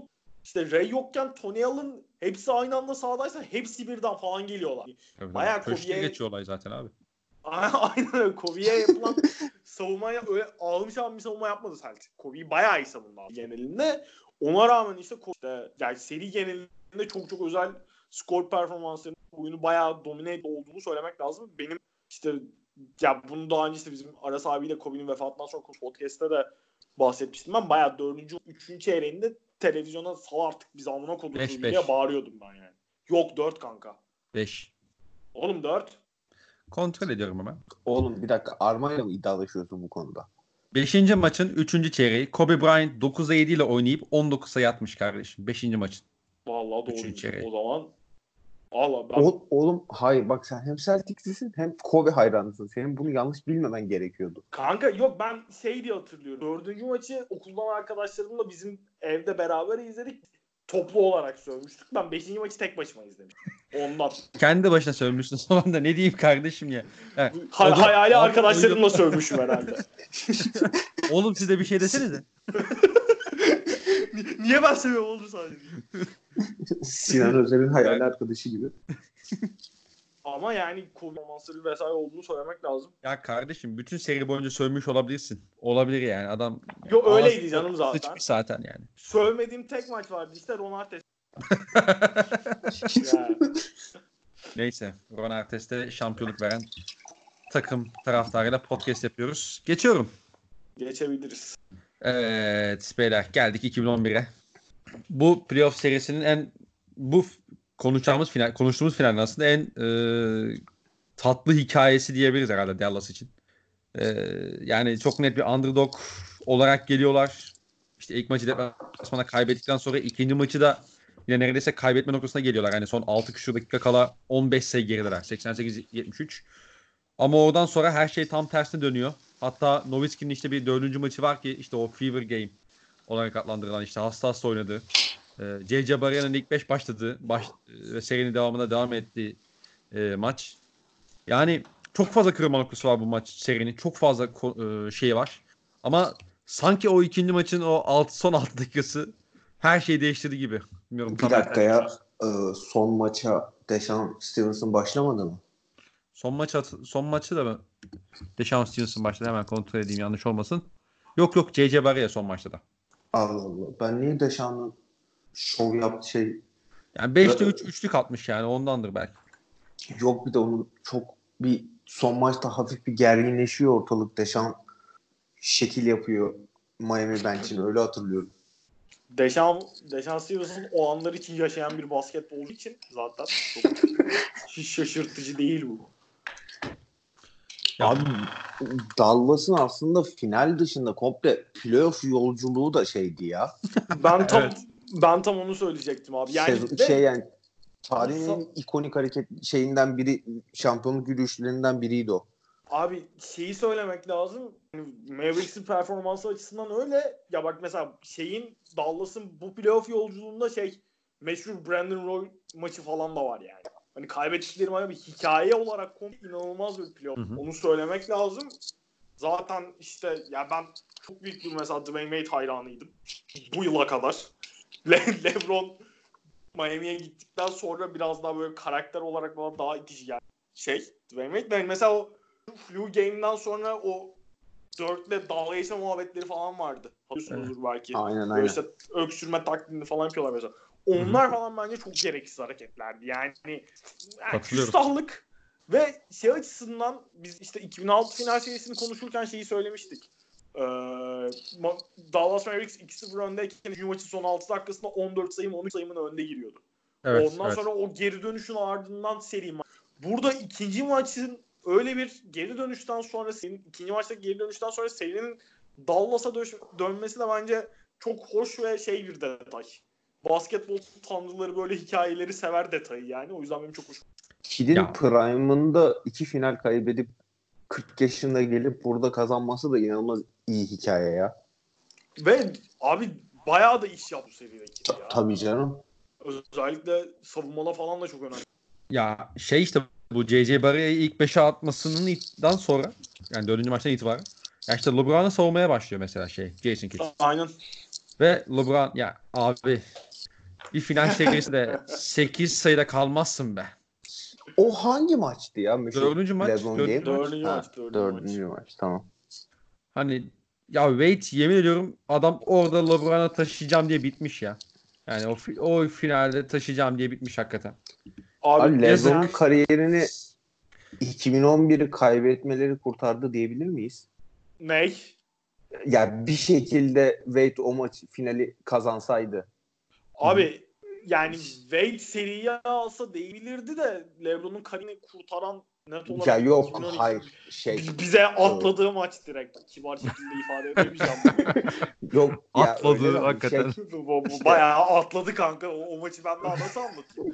İşte Ray yokken Tony Allen hepsi aynı anda sahadaysa hepsi birden falan geliyorlar. Tabii, Bayağı Köşte Kobe'ye geçiyor olay zaten abi. aynen öyle. Kobe'ye yapılan savunmaya öyle ağlamış abi bir savunma yapmadı Celtic. Kobe'yi bayağı iyi savundu abi genelinde. Ona rağmen işte, işte yani seri genelinde çok çok özel skor performanslarının oyunu bayağı domine olduğunu söylemek lazım. Benim işte ya bunu daha önce işte bizim Aras abiyle Kobe'nin vefatından sonra podcast'ta da bahsetmiştim. Ben bayağı dördüncü, üçüncü çeyreğinde televizyona sal artık biz amına kodumuzu diye bağırıyordum ben yani. Yok dört kanka. beş. Oğlum dört. Kontrol ediyorum hemen. Oğlum bir dakika, Arma'yla mı iddialaşıyorsun bu konuda? beşinci maçın üçüncü çeyreği Kobe Bryant dokuzda yedi ile oynayıp on dokuz sayı atmış kardeşim. beşinci maçın. Vallahi üçüncü doğru. çeyreği. O zaman Allah ben... O, oğlum hayır bak, sen hem Celtics'lisin hem Kobe hayranısın. Senin bunu yanlış bilmemen gerekiyordu. Kanka yok ben şey diye hatırlıyorum. Dördüncü maçı okuldan arkadaşlarımla bizim evde beraber izledik. Toplu olarak sövmüştük. Ben beşinci maçı tek başıma izlemiştim. Ondan. Kendi başına sövmüşsün sonra da ne diyeyim kardeşim ya. Ha, Ha, da, hayali arkadaşlarımla sövmüşüm herhalde. Oğlum siz de bir şey desenize. Niye ben seviyorum oldu sadece? Sinan Özer'in hayali arkadaşı gibi. Ama yani Kobe romansları vesaire olduğunu söylemek lazım. Ya kardeşim bütün seri boyunca sövmüş olabilirsin. Olabilir yani adam. Yo öyleydi canım zaten. Sıçmış zaten yani. Sövmediğim tek maç vardı işte Ron Artest. Yani. Neyse Ron Artest'e şampiyonluk veren takım taraftarıyla podcast yapıyoruz. Geçiyorum. Geçebiliriz. Evet beyler geldik iki bin on bire. Bu playoff serisinin en bu konuşacağımız final, konuştuğumuz finalin aslında en e, tatlı hikayesi diyebiliriz herhalde Dallas için. E, yani çok net bir underdog olarak geliyorlar. İşte ilk maçı deplasmana kaybettikten sonra ikinci maçı da yine neredeyse kaybetme noktasına geliyorlar. Yani son altı küsur dakika kala on beş sayı gerideler. seksen sekiz yetmiş üç. Ama oradan sonra her şey tam tersine dönüyor. Hatta Nowitzki'nin işte bir dördüncü maçı var ki işte o Fever Game olarak adlandırılan işte hasta hasta oynadı. J J Barria'nın ilk beş başladı. Baş, ve serinin devamında devam ettiği e, maç. Yani çok fazla kırılma noktası var bu maç serinin. Çok fazla e, şey var. Ama sanki o ikinci maçın o altı, son altı dakikası her şeyi değiştirdi gibi. Bilmiyorum, bir dakika ya. E, son maça Deshaun Stevenson başlamadı mı? Son maç son maçı da mı? Deshaun Stevenson başladı. Hemen kontrol edeyim yanlış olmasın. Yok yok J J Barria son maçta da. Allah Allah. Ben niye Deshaun'un şov yaptı şey... Yani beşte üç üçlük atmış yani ondandır belki. Yok bir de onun çok bir son maçta hafif bir gerginleşiyor ortalık. Deshaun şekil yapıyor Miami bench'ini, öyle hatırlıyorum. Deshaun, Deshaun Stevenson o anlar için yaşayan bir basketbolcu için zaten çok hiç şaşırtıcı değil bu. Abi Dallas'ın aslında final dışında komple playoff yolculuğu da şeydi ya. Ben tam Evet. ben tam onu söyleyecektim abi. Yani şey, de, şey yani tarihin Olsa, en ikonik hareket şeyinden biri, şampiyonluk yürüyüşlerinden biriydi o. Abi şeyi söylemek lazım. Mavericks'in performansı açısından öyle. Ya bak mesela şeyin Dallas'ın bu playoff yolculuğunda şey meşhur Brandon Roy maçı falan da var yani. Hani kaybettikleri maçı bir hikaye olarak inanılmaz bir playoff. Hı hı. Onu söylemek lazım. Zaten işte ya ben çok büyük bir mesela Dwayne Wade hayranıydım. Bu yıla kadar. Le- LeBron Miami'ye gittikten sonra biraz daha böyle karakter olarak bana daha itici geldi. Şey Dwayne Wade ben mesela o Flu Game'den sonra o dörtle dalga geçme muhabbetleri falan vardı. Hatırlıyorsunuzdur belki. Aynen aynen. Böyle işte öksürme taklidini falan yapıyorlar mesela. Onlar Hı-hı. falan bence çok gereksiz hareketlerdi. Yani, yani küstahlık ve şey açısından biz işte iki bin altı final serisini konuşurken şeyi söylemiştik. Ee, Dallas Mavericks iki sıfır öndeyken bir maçın son altı dakikasında on dört sayım on üç sayımın önde giriyordu. Evet, Ondan evet. sonra o geri dönüşün ardından seri maç. Burada ikinci maçın öyle bir geri dönüşten sonra senin ikinci maçtaki geri dönüşten sonra serinin Dallas'a dö- dönmesi de bence çok hoş ve şey bir detay. Basketbol tanrıları böyle hikayeleri sever detayı yani. O yüzden benim çok hoşuma. Kid'in prime'ında iki final kaybedip kırk yaşında gelip burada kazanması da inanılmaz iyi hikaye ya. Ve abi bayağı da iş yaptı serideki Ta- ya. Tabii canım. Özellikle savunmada falan da çok önemli. Ya şey işte bu J J Barria'yı ilk beşe atmasından sonra yani dördüncü maçtan itibaren ya işte LeBron'u savunmaya başlıyor mesela şey Jason Kidd. Aynen. Ve LeBron ya abi bir final serisinde sekiz sayıda kalmazsın be. O hangi maçtı ya? Meşhur Dördüncü maç. LeBron Dördüncü Game. Dördüncü Ha, maç. Dördüncü, dördüncü maç. maç. Tamam. Hani ya Wade yemin ediyorum adam orada LeBron'a taşıyacağım diye bitmiş ya. Yani o, fi- o finalde taşıyacağım diye bitmiş hakikaten. Abi, Abi LeBron'un yazık. kariyerini iki bin on biri kaybetmeleri kurtardı diyebilir miyiz? Ney? Ya bir şekilde Wade o maç finali kazansaydı. Abi yani Wade seriyi alsa değilirdi de LeBron'un kariyerini kurtaran net olarak Ya yok iki bin on iki hayır şey. bi- bize atladığı maç direkt. Kibar şekilde ifade edemeyeceğim bunu. Yok ya Atladı öyle de ama hakikaten. Şey, bu, bu, bu bayağı atladı kanka. O, o maçı ben daha nasıl anlatayım?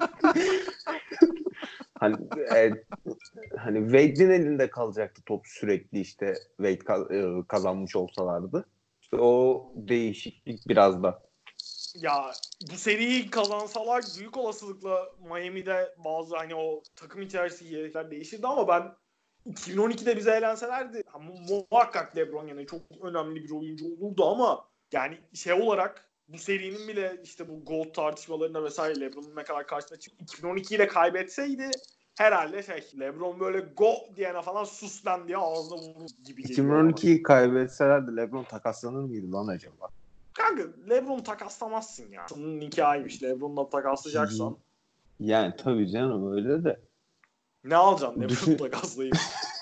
hani e, hani Wade'in elinde kalacaktı top sürekli işte Wade ka- e, kazanmış olsalardı. İşte o değişiklik biraz da. Ya bu seriyi kazansalar büyük olasılıkla Miami'de bazı hani o takım içerisinde yerler değişirdi ama ben iki bin on ikide bize elenselerdi ha, mu- muhakkak LeBron yani çok önemli bir oyuncu olurdu ama yani şey olarak bu serinin bile işte bu GOAT tartışmalarında vesaire LeBron'un ne kadar karşısına çıkıp iki bin on iki ile kaybetseydi herhalde şey LeBron böyle go diyene falan sus lan diye ağzına vurur gibi geliyor iki bin on ikiyi kaybetselerdi LeBron takaslanır mıydı lan acaba? Kanka LeBron takaslamazsın ya. Sonun nikahıymış. LeBron'la takaslayacaksan. Yani tabii canım öyle de. Ne alacaksın LeBron'u Düşün- takaslayıp?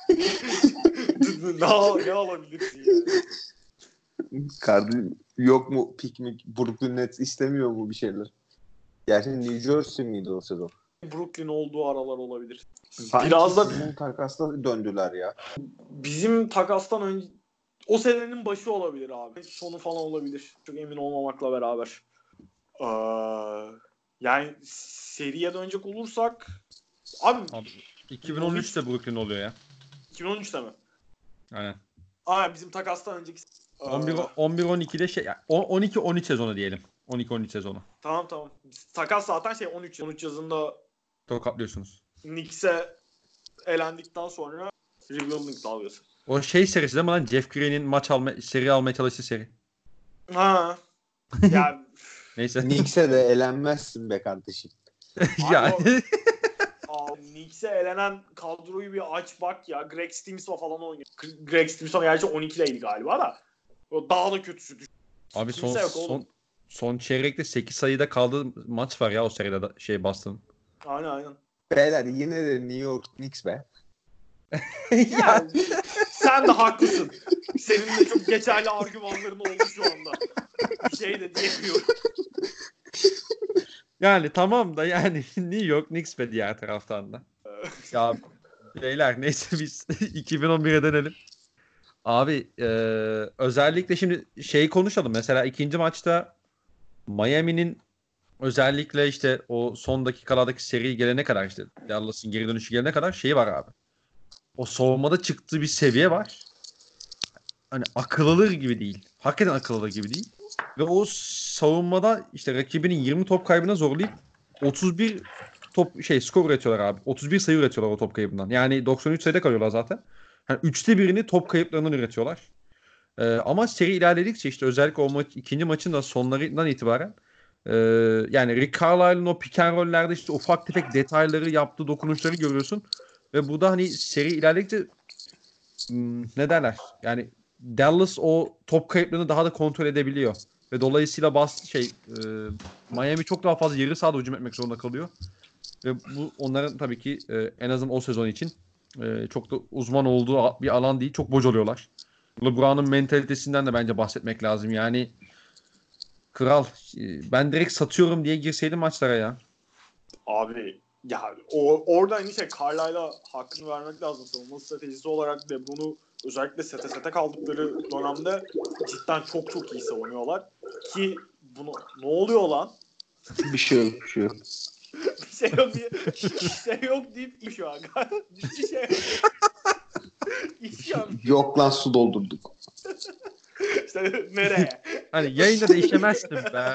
ne, al, ne alabilirsin yani? Kardeşim yok mu pik mi Brooklyn Nets istemiyor mu bir şeyler? Gerçi New Jersey miydi o sezon? Brooklyn olduğu aralar olabilir. Sanki Biraz da sizin takasla döndüler ya. bizim takastan önce o senenin başı olabilir abi. Sonu falan olabilir. Çok emin olmamakla beraber. Ee, yani seriye dönecek olursak abi, Abi iki bin on üçte Brooklyn oluyor ya. iki bin on üçte mi? Aynen. Aa bizim takastan önceki on bir on bir on ikide şey yani on iki on üç sezonu diyelim. on iki on üç sezonu. Tamam tamam. Takas zaten şey on üç on üç yazında Tokatlıyorsunuz. Knicks'e elendikten sonra rebuilding dalgası. O şey serisi değil mi lan? Jeff Green'in maç alma, seri almaya çalıştığı seri. Ha. Yani Neyse. Knicks'e de elenmezsin be kardeşim. yani. Abi, Knicks'e elenen kadroyu bir aç bak ya. Greg Stimson falan oynuyor. Greg Stimson gerçi on ikideydi galiba da. O daha da kötüsü. Abi son, Kimse yok oğlum. son son çeyrekte sekiz sayıda kaldığı maç var ya o seride da, şey Boston. Aynen aynen. Beyler yine de New York Knicks be. Yani, sen de haklısın. Senin de çok geçerli argümanların oldu şu anda. Bir şey de diyemiyorum. Yani tamam da yani New York Knicks be diğer taraftan da. Ya beyler neyse biz iki bin on bire dönelim. Abi e, özellikle şimdi şey konuşalım. Mesela ikinci maçta Miami'nin özellikle işte o son dakikalardaki seri gelene kadar işte Dallas'ın geri dönüşü gelene kadar şeyi var abi. O savunmada çıktığı bir seviye var. Hani akıl alır gibi değil. Hakikaten akıl alır gibi değil. Ve o savunmada işte rakibinin yirmi top kaybına zorlayıp otuz bir top şey skor üretiyorlar abi. otuz bir sayı üretiyorlar o top kaybından. Yani doksan üç sayıda kalıyorlar zaten. Yani üçte birini top kayıplarından üretiyorlar. Ee, ama seri ilerledikçe işte özellikle o maç, ikinci maçın da sonlarından itibaren e, yani Rick Carlisle'ın o pick and roll'lerde işte ufak tefek detayları yaptığı dokunuşları görüyorsun. Ve bu da hani seri ilerledikçe hmm, ne derler? Yani Dallas o top kayıplarını daha da kontrol edebiliyor. Ve dolayısıyla bas şey e, Miami çok daha fazla yarı sahada hücum etmek zorunda kalıyor. Ve bu onların tabii ki e, en azından o sezon için e, çok da uzman olduğu bir alan değil. Çok bocalıyorlar. LeBron'un mentalitesinden de bence bahsetmek lazım. Yani kral e, ben direkt satıyorum diye girseydim maçlara ya. Abi ya o, orada hani şey Carlisle'a hakkını vermek lazım. Savunma stratejisi olarak da bunu özellikle sete sete kaldıkları dönemde cidden çok çok iyi savunuyorlar. Ki bunu ne oluyor lan? Bir şey yok, bir şey yok. Bir şey yok diye hiçbir şey yok deyip şu an. Hiçbir şey yok. İş yok. Yok lan su doldurduk. İşte nereye? Hani yayında da işemezdim be.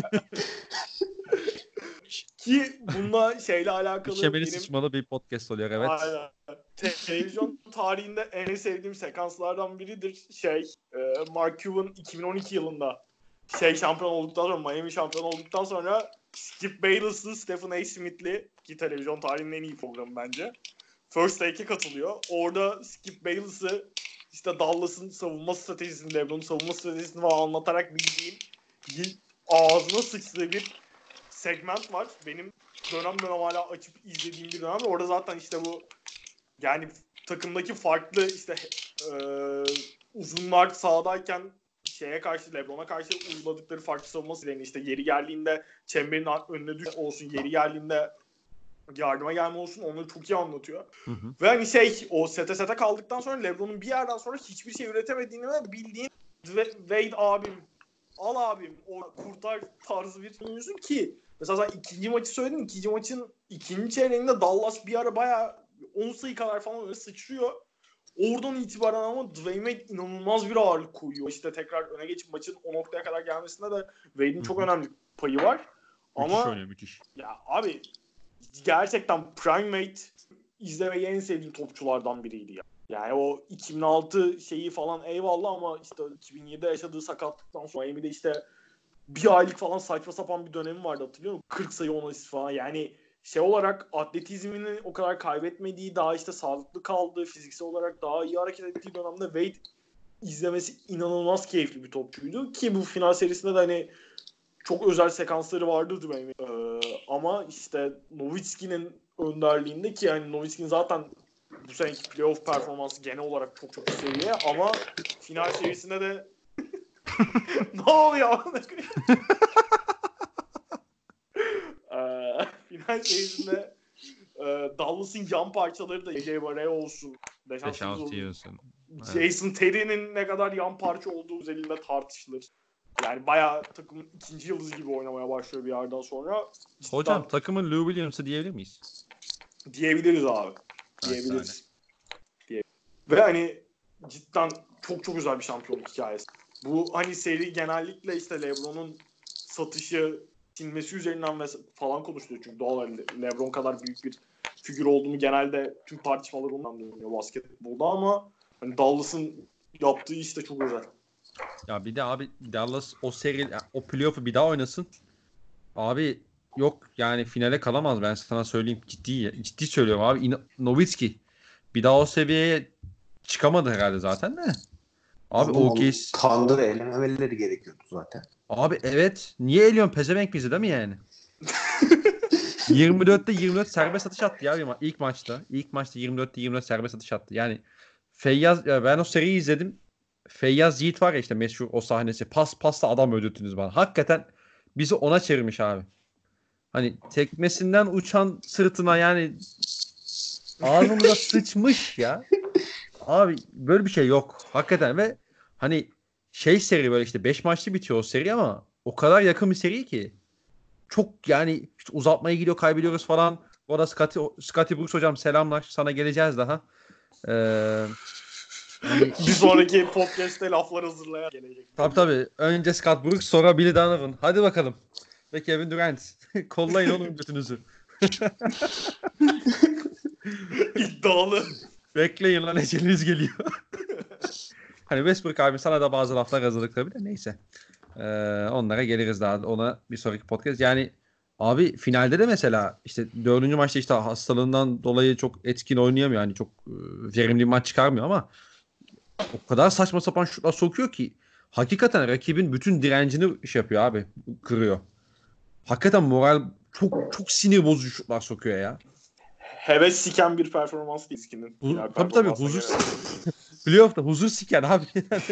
Ki bununla şeyle alakalı İşemeli benim sıçmalı bir podcast oluyor evet. aynen. Te- televizyon tarihinde en sevdiğim sekanslardan biridir şey e, Mark Cuban iki bin on iki yılında şey şampiyon olduktan sonra Miami şampiyon olduktan sonra Skip Bayless'lı, Stephen A. Smith'li ki televizyon tarihinin en iyi programı bence. First Take'e katılıyor. Orada Skip Bayless'ı işte Dallas'ın savunma stratejisini, LeBron'un savunma stratejisini falan anlatarak bildiğim ağzına sıçtığı bir segment var. Benim dönem dönem hala açıp izlediğim bir dönem. Orada zaten işte bu yani takımdaki farklı işte e, uzunlar sahadayken şeye karşı, LeBron'a karşı uyguladıkları farklı savunma silahını işte yeri geldiğinde çemberin önüne düş olsun, yeri geldiğinde yardıma gelme olsun, onları çok iyi anlatıyor. Hı hı. Ve hani şey, o sete sete kaldıktan sonra LeBron'un bir yerden sonra hiçbir şey üretemediğini ve bildiğin Wade abim, al abim, o kurtar tarzı bir oyuncusun ki mesela sen ikinci maçı söyledin, ikinci maçın ikinci çeyreğinde Dallas bir ara bayağı on sayı kadar falan öyle sıçrıyor. Oradan itibaren ama Dwayne Wade inanılmaz bir ağırlık koyuyor. İşte tekrar öne geçip maçın o noktaya kadar gelmesinde de Wade'in çok önemli payı var. Müthiş ama oynuyor, müthiş. Ya abi gerçekten Prime Wade izlemeyi en sevdiğim topçulardan biriydi ya. Yani o iki bin altı şeyi falan eyvallah ama işte iki bin yedide yaşadığı sakatlıktan sonra Miami'de işte bir aylık falan saçma sapan bir dönemi vardı, hatırlıyor musun? kırk sayı on asist falan. Yani şey olarak atletizmini o kadar kaybetmediği, daha işte sağlıklı kaldığı, fiziksel olarak daha iyi hareket ettiği dönemde Wade izlemesi inanılmaz keyifli bir topçuydu. Ki bu final serisinde de hani çok özel sekansları vardı benim. Ee, ama işte Nowitzki'nin önderliğinde, ki yani Nowitzki'nin zaten bu seneki playoff performansı genel olarak çok çok seviye ama final serisinde de ne oluyor? ee, final serisinde e, Dallas'ın yan parçaları da J J Barrett olsun, Deşan olsun. Jason Terry'nin ne kadar yan parça olduğu üzerinde tartışılır. Yani bayağı takımın ikinci yıldızı gibi oynamaya başlıyor bir yerden sonra. Cidden, hocam takımın Lou Williams'ı diyebilir miyiz? Diyebiliriz abi. Diyebiliriz. Diye. Ve hani cidden çok çok güzel bir şampiyonluk hikayesi. Bu hani seri genellikle işte LeBron'un satışı, silmesi üzerinden ve falan konuşuluyor. Çünkü doğal olarak LeBron kadar büyük bir figür olduğunu genelde tüm tartışmalar ondan dönüyor basketbolda ama hani Dallas'ın yaptığı iş de çok özel. Ya bir de abi Dallas o seri, o playoff'u bir daha oynasın. Abi yok yani finale kalamaz, ben sana söyleyeyim, ciddi ciddi söylüyorum abi. Nowitzki bir daha o seviyeye çıkamadı herhalde zaten de. Abi o kes Thunder elememeleri gerekiyordu zaten. Abi evet, niye eliyorsun pezevenk bizi, değil mi yani? yirmi dörtte yirmi dört serbest atış attı ya ilk maçta. İlk maçta yirmi dörtte yirmi dört serbest atış attı. Yani Feyyaz, ya ben o seriyi izledim. Feyyaz Yiğit var ya işte meşhur o sahnesi. Pas pasla adam öldürdünüz bana. Hakikaten bizi ona çevirmiş abi. Hani tekmesinden uçan sırtına yani ağzımıza sıçmış ya. Abi böyle bir şey yok. Hakikaten ve hani şey seri böyle işte beş maçlı bitiyor o seri ama o kadar yakın bir seri ki. Çok yani işte uzatmaya gidiyor, kaybediyoruz falan. Orada Scotty, Scotty Brooks hocam selamlar. Sana geleceğiz daha. Ee, hani... bir sonraki podcast'te laflar hazırlayan gelecek. Tabii tabii. Önce Scott Brooks, sonra Billy Donovan. Hadi bakalım. Ve Kevin Durant. Kollayın oğlum götünüzü. İddialı. Bekleyin lan, eceliniz geliyor. Hani Westbrook abi sana da bazı laflar hazırlık tabii de neyse. Ee, onlara geliriz daha. Ona bir sonraki podcast. Yani abi finalde de mesela işte dördüncü maçta işte hastalığından dolayı çok etkin oynayamıyor. Yani çok e, verimli bir maç çıkarmıyor ama o kadar saçma sapan şutlar sokuyor ki hakikaten rakibin bütün direncini iş yapıyor abi. Kırıyor. Hakikaten moral çok çok sinir bozucu şutlar sokuyor ya. Heves siken bir performans değil Skin'in. Hu- tabii tabii huzur playoff'ta huzur siken abi.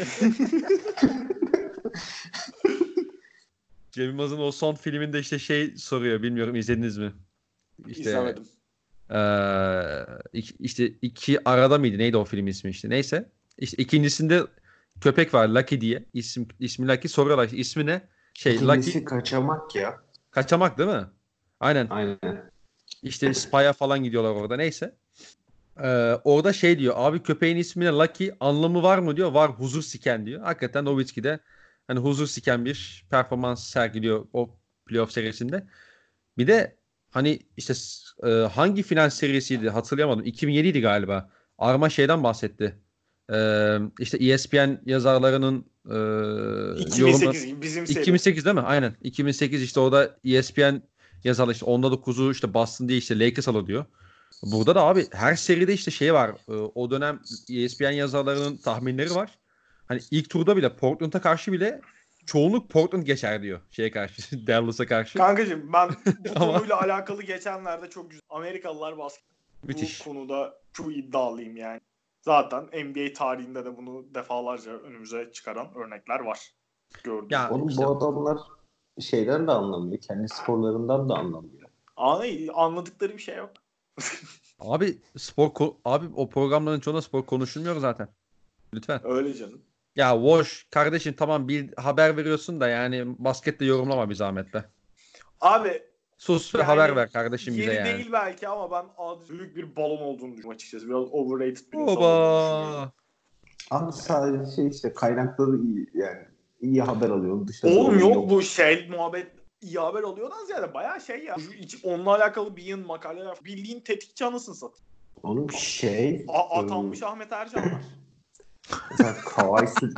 Cem Yılmaz'ın o son filminde işte şey soruyor, bilmiyorum izlediniz mi? İşte, İzlemedim. E, iki, işte iki arada mıydı? Neydi o filmin ismi işte? Neyse. İşte ikincisinde köpek var Lucky diye. İsim, ismi Lucky, soruyorlar işte, ismi ne? Şey İkincisi Lucky. kaçamak ya. Kaçamak değil mi? Aynen. Aynen. İşte Spy'a falan gidiyorlar orada, neyse. Ee, orada şey diyor, abi köpeğin ismine Lucky, anlamı var mı diyor. Var, huzur siken diyor. Hakikaten Nowitzki de hani huzur siken bir performans sergiliyor o playoff serisinde. Bir de hani işte e, hangi final serisiydi hatırlayamadım. iki bin yediydi galiba. Arma şeyden bahsetti. Ee, işte E S P N yazarlarının e, iki bin sekiz bizim seri. iki bin sekiz değil mi? Aynen. iki bin sekiz işte orada E S P N yazarlar işte onda dokuzu işte Boston diye işte Lakers alır diyor. Burada da abi her seride işte şey var. E, o dönem E S P N yazarlarının tahminleri var. Hani ilk turda bile Portland'a karşı bile çoğunluk Portland geçer diyor şeye karşı. Dallas'a karşı. Kankacığım ben bu Ama- konuyla alakalı geçenlerde çok güzel. Amerikalılar basket Müthiş. bu konuda çok iddialıyım yani. Zaten N B A tarihinde de bunu defalarca önümüze çıkaran örnekler var. Gördüm. Ya Oğlum işte- bu adamlar şeyden de anlamıyor. Kendi sporlarından da anlamıyor. Anladın, anladıkları bir şey yok. Abi spor ko- abi o programların çoğunda spor konuşulmuyor zaten. Lütfen. Öyle canım. Ya Voş kardeşim tamam bir haber veriyorsun da yani baskette yorumlama bir zahmet be. Abi Sus ve yani haber ver kardeşim bize yeri yani. değil belki ama ben az büyük bir balon olduğunu düşünüyorum açıkçası. Biraz overrated bir insan olduğunu düşünüyorum. Oba. Ama sadece şey işte kaynakları iyi yani. İyi haber alıyor. Dışta Oğlum doğru yok bu şey muhabbet iyi haber alıyordan ziyade bayağı şey ya. Hiç onunla alakalı bir yığın makaleler. Bildiğin tetikçi anasını satayım. Onun şey A- e, atanmış Ahmet Ercan var. mesela Kawhi Su-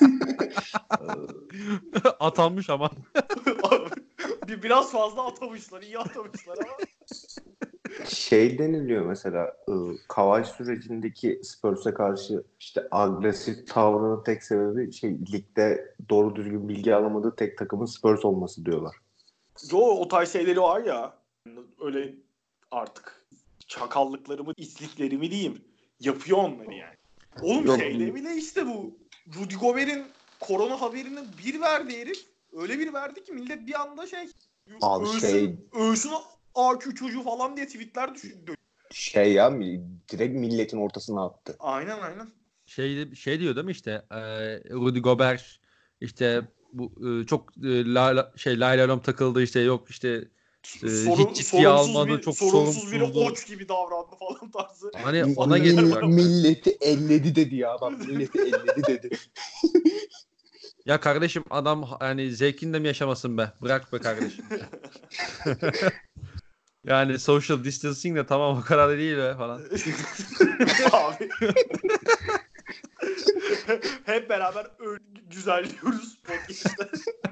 Atanmış ama. bir biraz fazla atamışlar, iyi atamışlar ama. şey deniliyor mesela e, Kawhi sürecindeki Spurs'e karşı işte agresif tavrının tek sebebi şey ligde doğru düzgün bilgi alamadığı tek takımın Spurs olması diyorlar. Yo o tarz şeyleri var ya. Öyle artık çakallıklarımı, isliklerimi diyeyim. Yapıyor onları yani. Oğlum Yok. şeyde bile işte bu Rudy Gobert'in korona haberini bir verdi herif. Öyle bir verdi ki millet bir anda şey Abi ölsün, şey- ölsün A Q çocuğu falan diye tweetler düşündü. Şey ya direkt milletin ortasına attı. Aynen aynen. Şey, şey diyor değil mi işte e, Rudy Gobert işte bu e, çok e, la, la- şey lay lay lom takıldı işte yok işte e, Sorun, hiç ciddiye sorumsuz almadı bir, çok sorumsuz biri sorumsuzdu. oç gibi davrandı falan tarzı. Hani ona Mi- geliyor bak. milleti elledi dedi ya adam milleti elledi dedi. Ya kardeşim adam yani zevkinde mi yaşamasın be? Bırak be kardeşim. Yani social distancing de tamam o kadar da değil be falan. Abi. Hep beraber ö- güzelliyoruz podcast'te.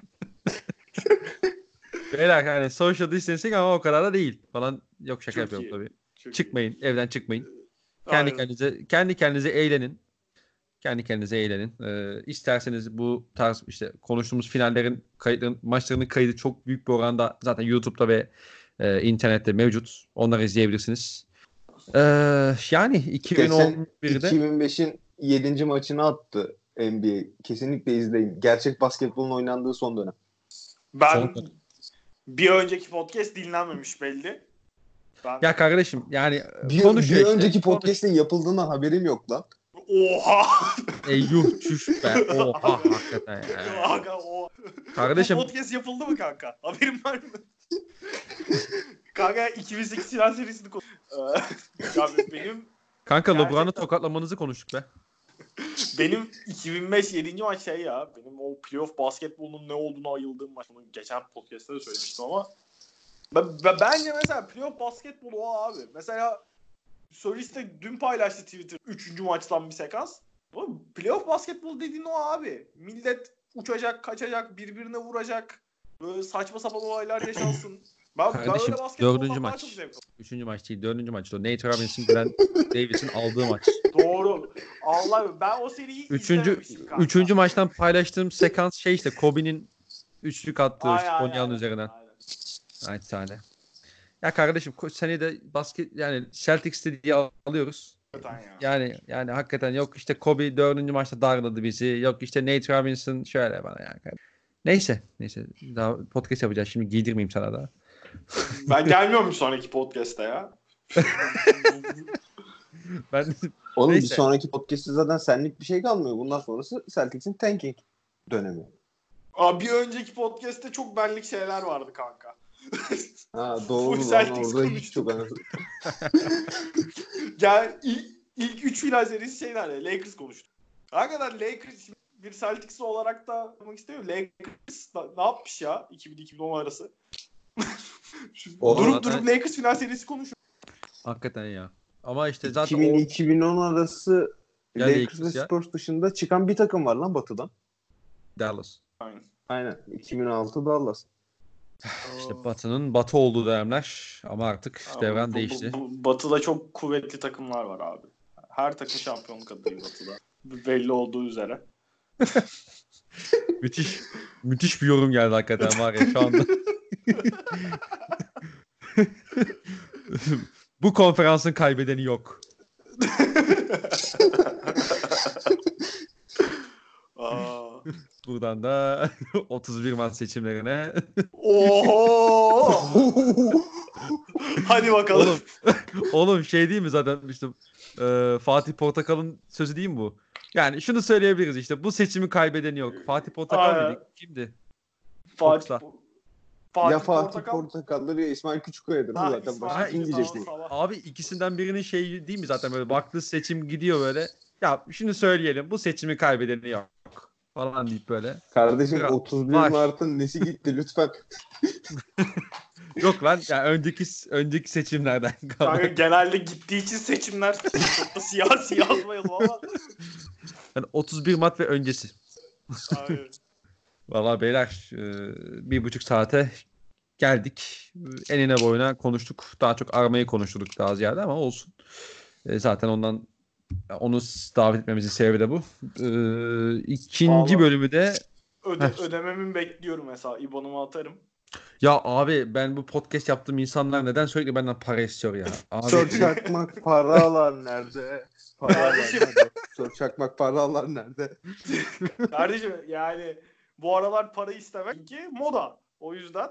Beyler yani social distancing ama o kadar da değil falan. Yok şaka Çok yapıyorum iyi. tabii. Çok Çıkmayın, evden çıkmayın. iyi. Kendi Aynen. kendinize kendi kendinize eğlenin. Kendi kendinize eğlenin. Ee, isterseniz bu tarz işte konuştuğumuz finallerin kayıtların maçlarının kaydı çok büyük bir oranda zaten YouTube'da ve e, internette mevcut. Onları izleyebilirsiniz. Ee, yani Geçen iki bin on birde iki bin beşin yedinci maçını attı N B A. Kesinlikle izleyin. Gerçek basketbolun oynandığı son dönem. Ben Son- bir önceki podcast dinlenmemiş belli. Ben ya kardeşim yani Bir, konuşuyor bir işte. önceki konuş- podcast'in yapıldığına haberim yok lan. oha. E, yuh çüş be. Oha hakikaten ya. Kanka o. Kardeşim- Bu podcast yapıldı mı kanka? Haberin var mı? Kanka iki bin sekiz final serisini konuş. ya benim Kanka Gerçekten- LeBron'u tokatlamanızı konuştuk be. benim iki bin beş yedinci maç şey ya. Benim o playoff basketbolunun ne olduğunu ayıldığım maç. Bunu geçen podcast'ta da söylemiştim ama ben, ben- bence mesela playoff basketbolu o abi. Mesela Soliste dün paylaştı Twitter üçüncü maçtan bir sekans. Oğlum, playoff basketbol dediğin o abi. Millet uçacak, kaçacak, birbirine vuracak. Böyle saçma sapan olaylar yaşansın. Ben, ben Kardeşim, öyle basketboldan dördüncü daha maç. çok zevk alıyorum. Üçüncü maç değil. Dördüncü maçta. Nate Robinson, Grant Davis'in aldığı maç. Doğru. Allah ben o seriyi Üçüncü, izlememişim kanka. üçüncü maçtan paylaştığım sekans şey işte Kobe'nin üçlük attığı Aynen, işte aynen, Konya'nın aynen. üzerinden. Aynen. Aynı sahne. Ya kardeşim ko- seni de basket yani Celtics diye alıyoruz. Hakikaten ya. Yani yani hakikaten yok işte Kobe dördüncü maçta darladı bizi. Yok işte Nate Robinson şöyle bana yani. Neyse. Neyse. Daha podcast yapacağız. Şimdi giydirmeyeyim sana daha. Ben gelmiyorum sonraki podcast'a ya. Ben Oğlum Neyse. bir sonraki podcast'te zaten senlik bir şey kalmıyor. Bundan sonrası Celtics'in tanking dönemi. Abi bir önceki podcast'te çok benlik şeyler vardı kanka. Ha Full doğru lan Celtics orada hiç konuştuk. çok anasını. Yani ilk, ilk üç final serisi şeyler ya. Lakers konuştuk. Hakikaten Lakers bir Celtics'li olarak da yapmak istemiyorum. Lakers da- ne yapmış ya iki bin iki bin on arası? Şu Oğlum durup zaten- durup Lakers final serisi konuşuyor. hakikaten ya. Ama işte zaten iki bin o iki bin on arası Ya Lakers Lakers ve ya. Spurs dışında çıkan bir takım var lan Batı'dan. Dallas. Aynen. Aynen. iki bin altı Dallas. İşte Batı'nın Batı olduğu dönemler ama artık Ama devran bu- değişti. bu- bu- Batı'da çok kuvvetli takımlar var abi. Her takım şampiyonluk adayı Batı'da. Belli olduğu üzere. Müthiş müthiş bir yorum geldi hakikaten var ya şu anda. Bu konferansın kaybedeni yok. Aa. Buradan da otuz bir Mart seçimlerine. Oho! Hadi bakalım. Oğlum, oğlum şey değil mi zaten işte e, Fatih Portakal'ın sözü değil mi bu? Yani şunu söyleyebiliriz işte bu seçimi kaybedeni yok. Fatih Portakal Aynen. mıydı? Kimdi? Fatih, Fox'ta. Fatih ya Fatih Portakal. Portakal'dır ya İsmail Küçükkaya'dır. Ha, Zaten İsmail başka kim Küçük, diyeceksin? tamam, Abi ikisinden birinin şeyi değil mi zaten böyle baktığı seçim gidiyor böyle. Ya şunu söyleyelim bu seçimi kaybedeni yok falan deyip böyle. Kardeşim Kral. otuz bir Var. Mart'ın nesi gitti lütfen. Yok lan ya önceki önceki seçimlerden Kanka kalan. genelde gittiği için seçimler çok da siyasi yazmayalım ama. Yani otuz bir Mart ve öncesi. Aynen. Valla beyler e, bir buçuk saate geldik. Enine boyuna konuştuk. Daha çok aramayı konuştuk daha ziyade ama olsun. E, zaten ondan onu davet etmemizin sebebi de bu. E, ikinci Vallahi. bölümü de Öde, Heh. ödememi bekliyorum mesela. İban'ımı atarım. ya abi ben bu podcast yaptığım insanlar neden sürekli benden para istiyor ya? Abi Sor çakmak paralar nerede? Paralar Kardeşim. nerede? Sor çakmak paralar nerede? Kardeşim yani bu aralar para istemek ki moda. O yüzden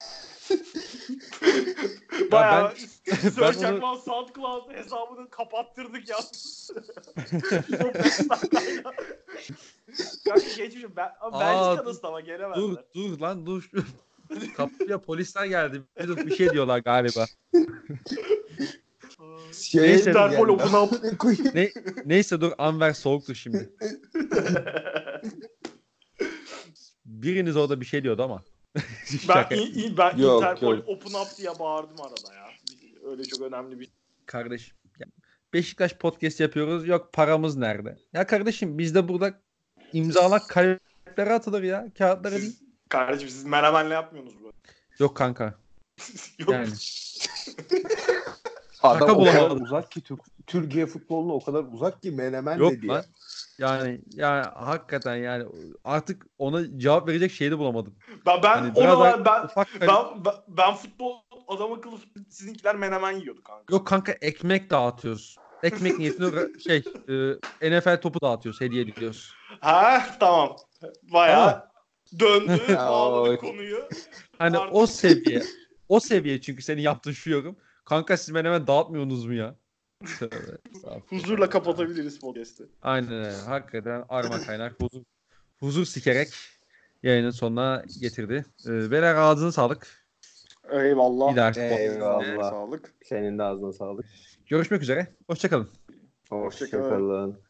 bayağı ben Sir onu- Çakman SoundCloud hesabını kapattırdık ya. yüz on beş dakikayla. Kanka geçmişim. Ben, Aa, Belçika'dasın ama dur gelemezler. dur lan dur. Kapıya polisler geldi. Bir, dur, bir şey diyorlar galiba. Şeye Neyse, mi Interpol geldi? open up. Ne koyayım? Ne, neyse dur Anver soğuktu şimdi. Biriniz orada bir şey diyordu ama. ben Şaka. in- in- ben Yok, Interpol yok. open up diye bağırdım arada ya. Öyle çok önemli bir Kardeşim. ya Beşiktaş podcast yapıyoruz. Yok paramız nerede? Ya kardeşim bizde burada imzalar kaleplere atılır ya. Kağıtlara değil. Kardeşim siz menemenle yapmıyorsunuz böyle. Yok kanka. Yok. Yani. Adam Şaka o kadar bulamadım. uzak ki Türk, Türkiye futboluna o kadar uzak ki Menemen Yok dedi lan. ya. Yani yani hakikaten yani artık ona cevap verecek şeyi de bulamadım. Ben ben Hani ona biraz daha ben ben, ufak kale- ben, ben, ben futbol adam akıllı sizinkiler menemen yiyordu kanka. Yok kanka ekmek dağıtıyoruz. Ekmek niyetine ra- şey e, N F L topu dağıtıyoruz. Hediye ediyoruz. Ha tamam. Bayağı Tamam. döndü, Ya, bağladı o- konuyu. Hani Artık- o seviye. O seviye çünkü senin yaptığın şu yorum. Kanka siz ben hemen dağıtmıyorsunuz mu ya? Tövbe, estağfurullah. Huzurla kapatabiliriz podcast'ı. Aynen öyle. Hakikaten arma kaynak huzur, huzur sikerek yayının sonuna getirdi. Ee, beyler ağzına sağlık. Eyvallah. Bir dahaki Eyvallah. podcast'te Sağlık. Senin de ağzına sağlık. görüşmek üzere. Hoşçakalın. Hoşça kalın. Hoşçakalın.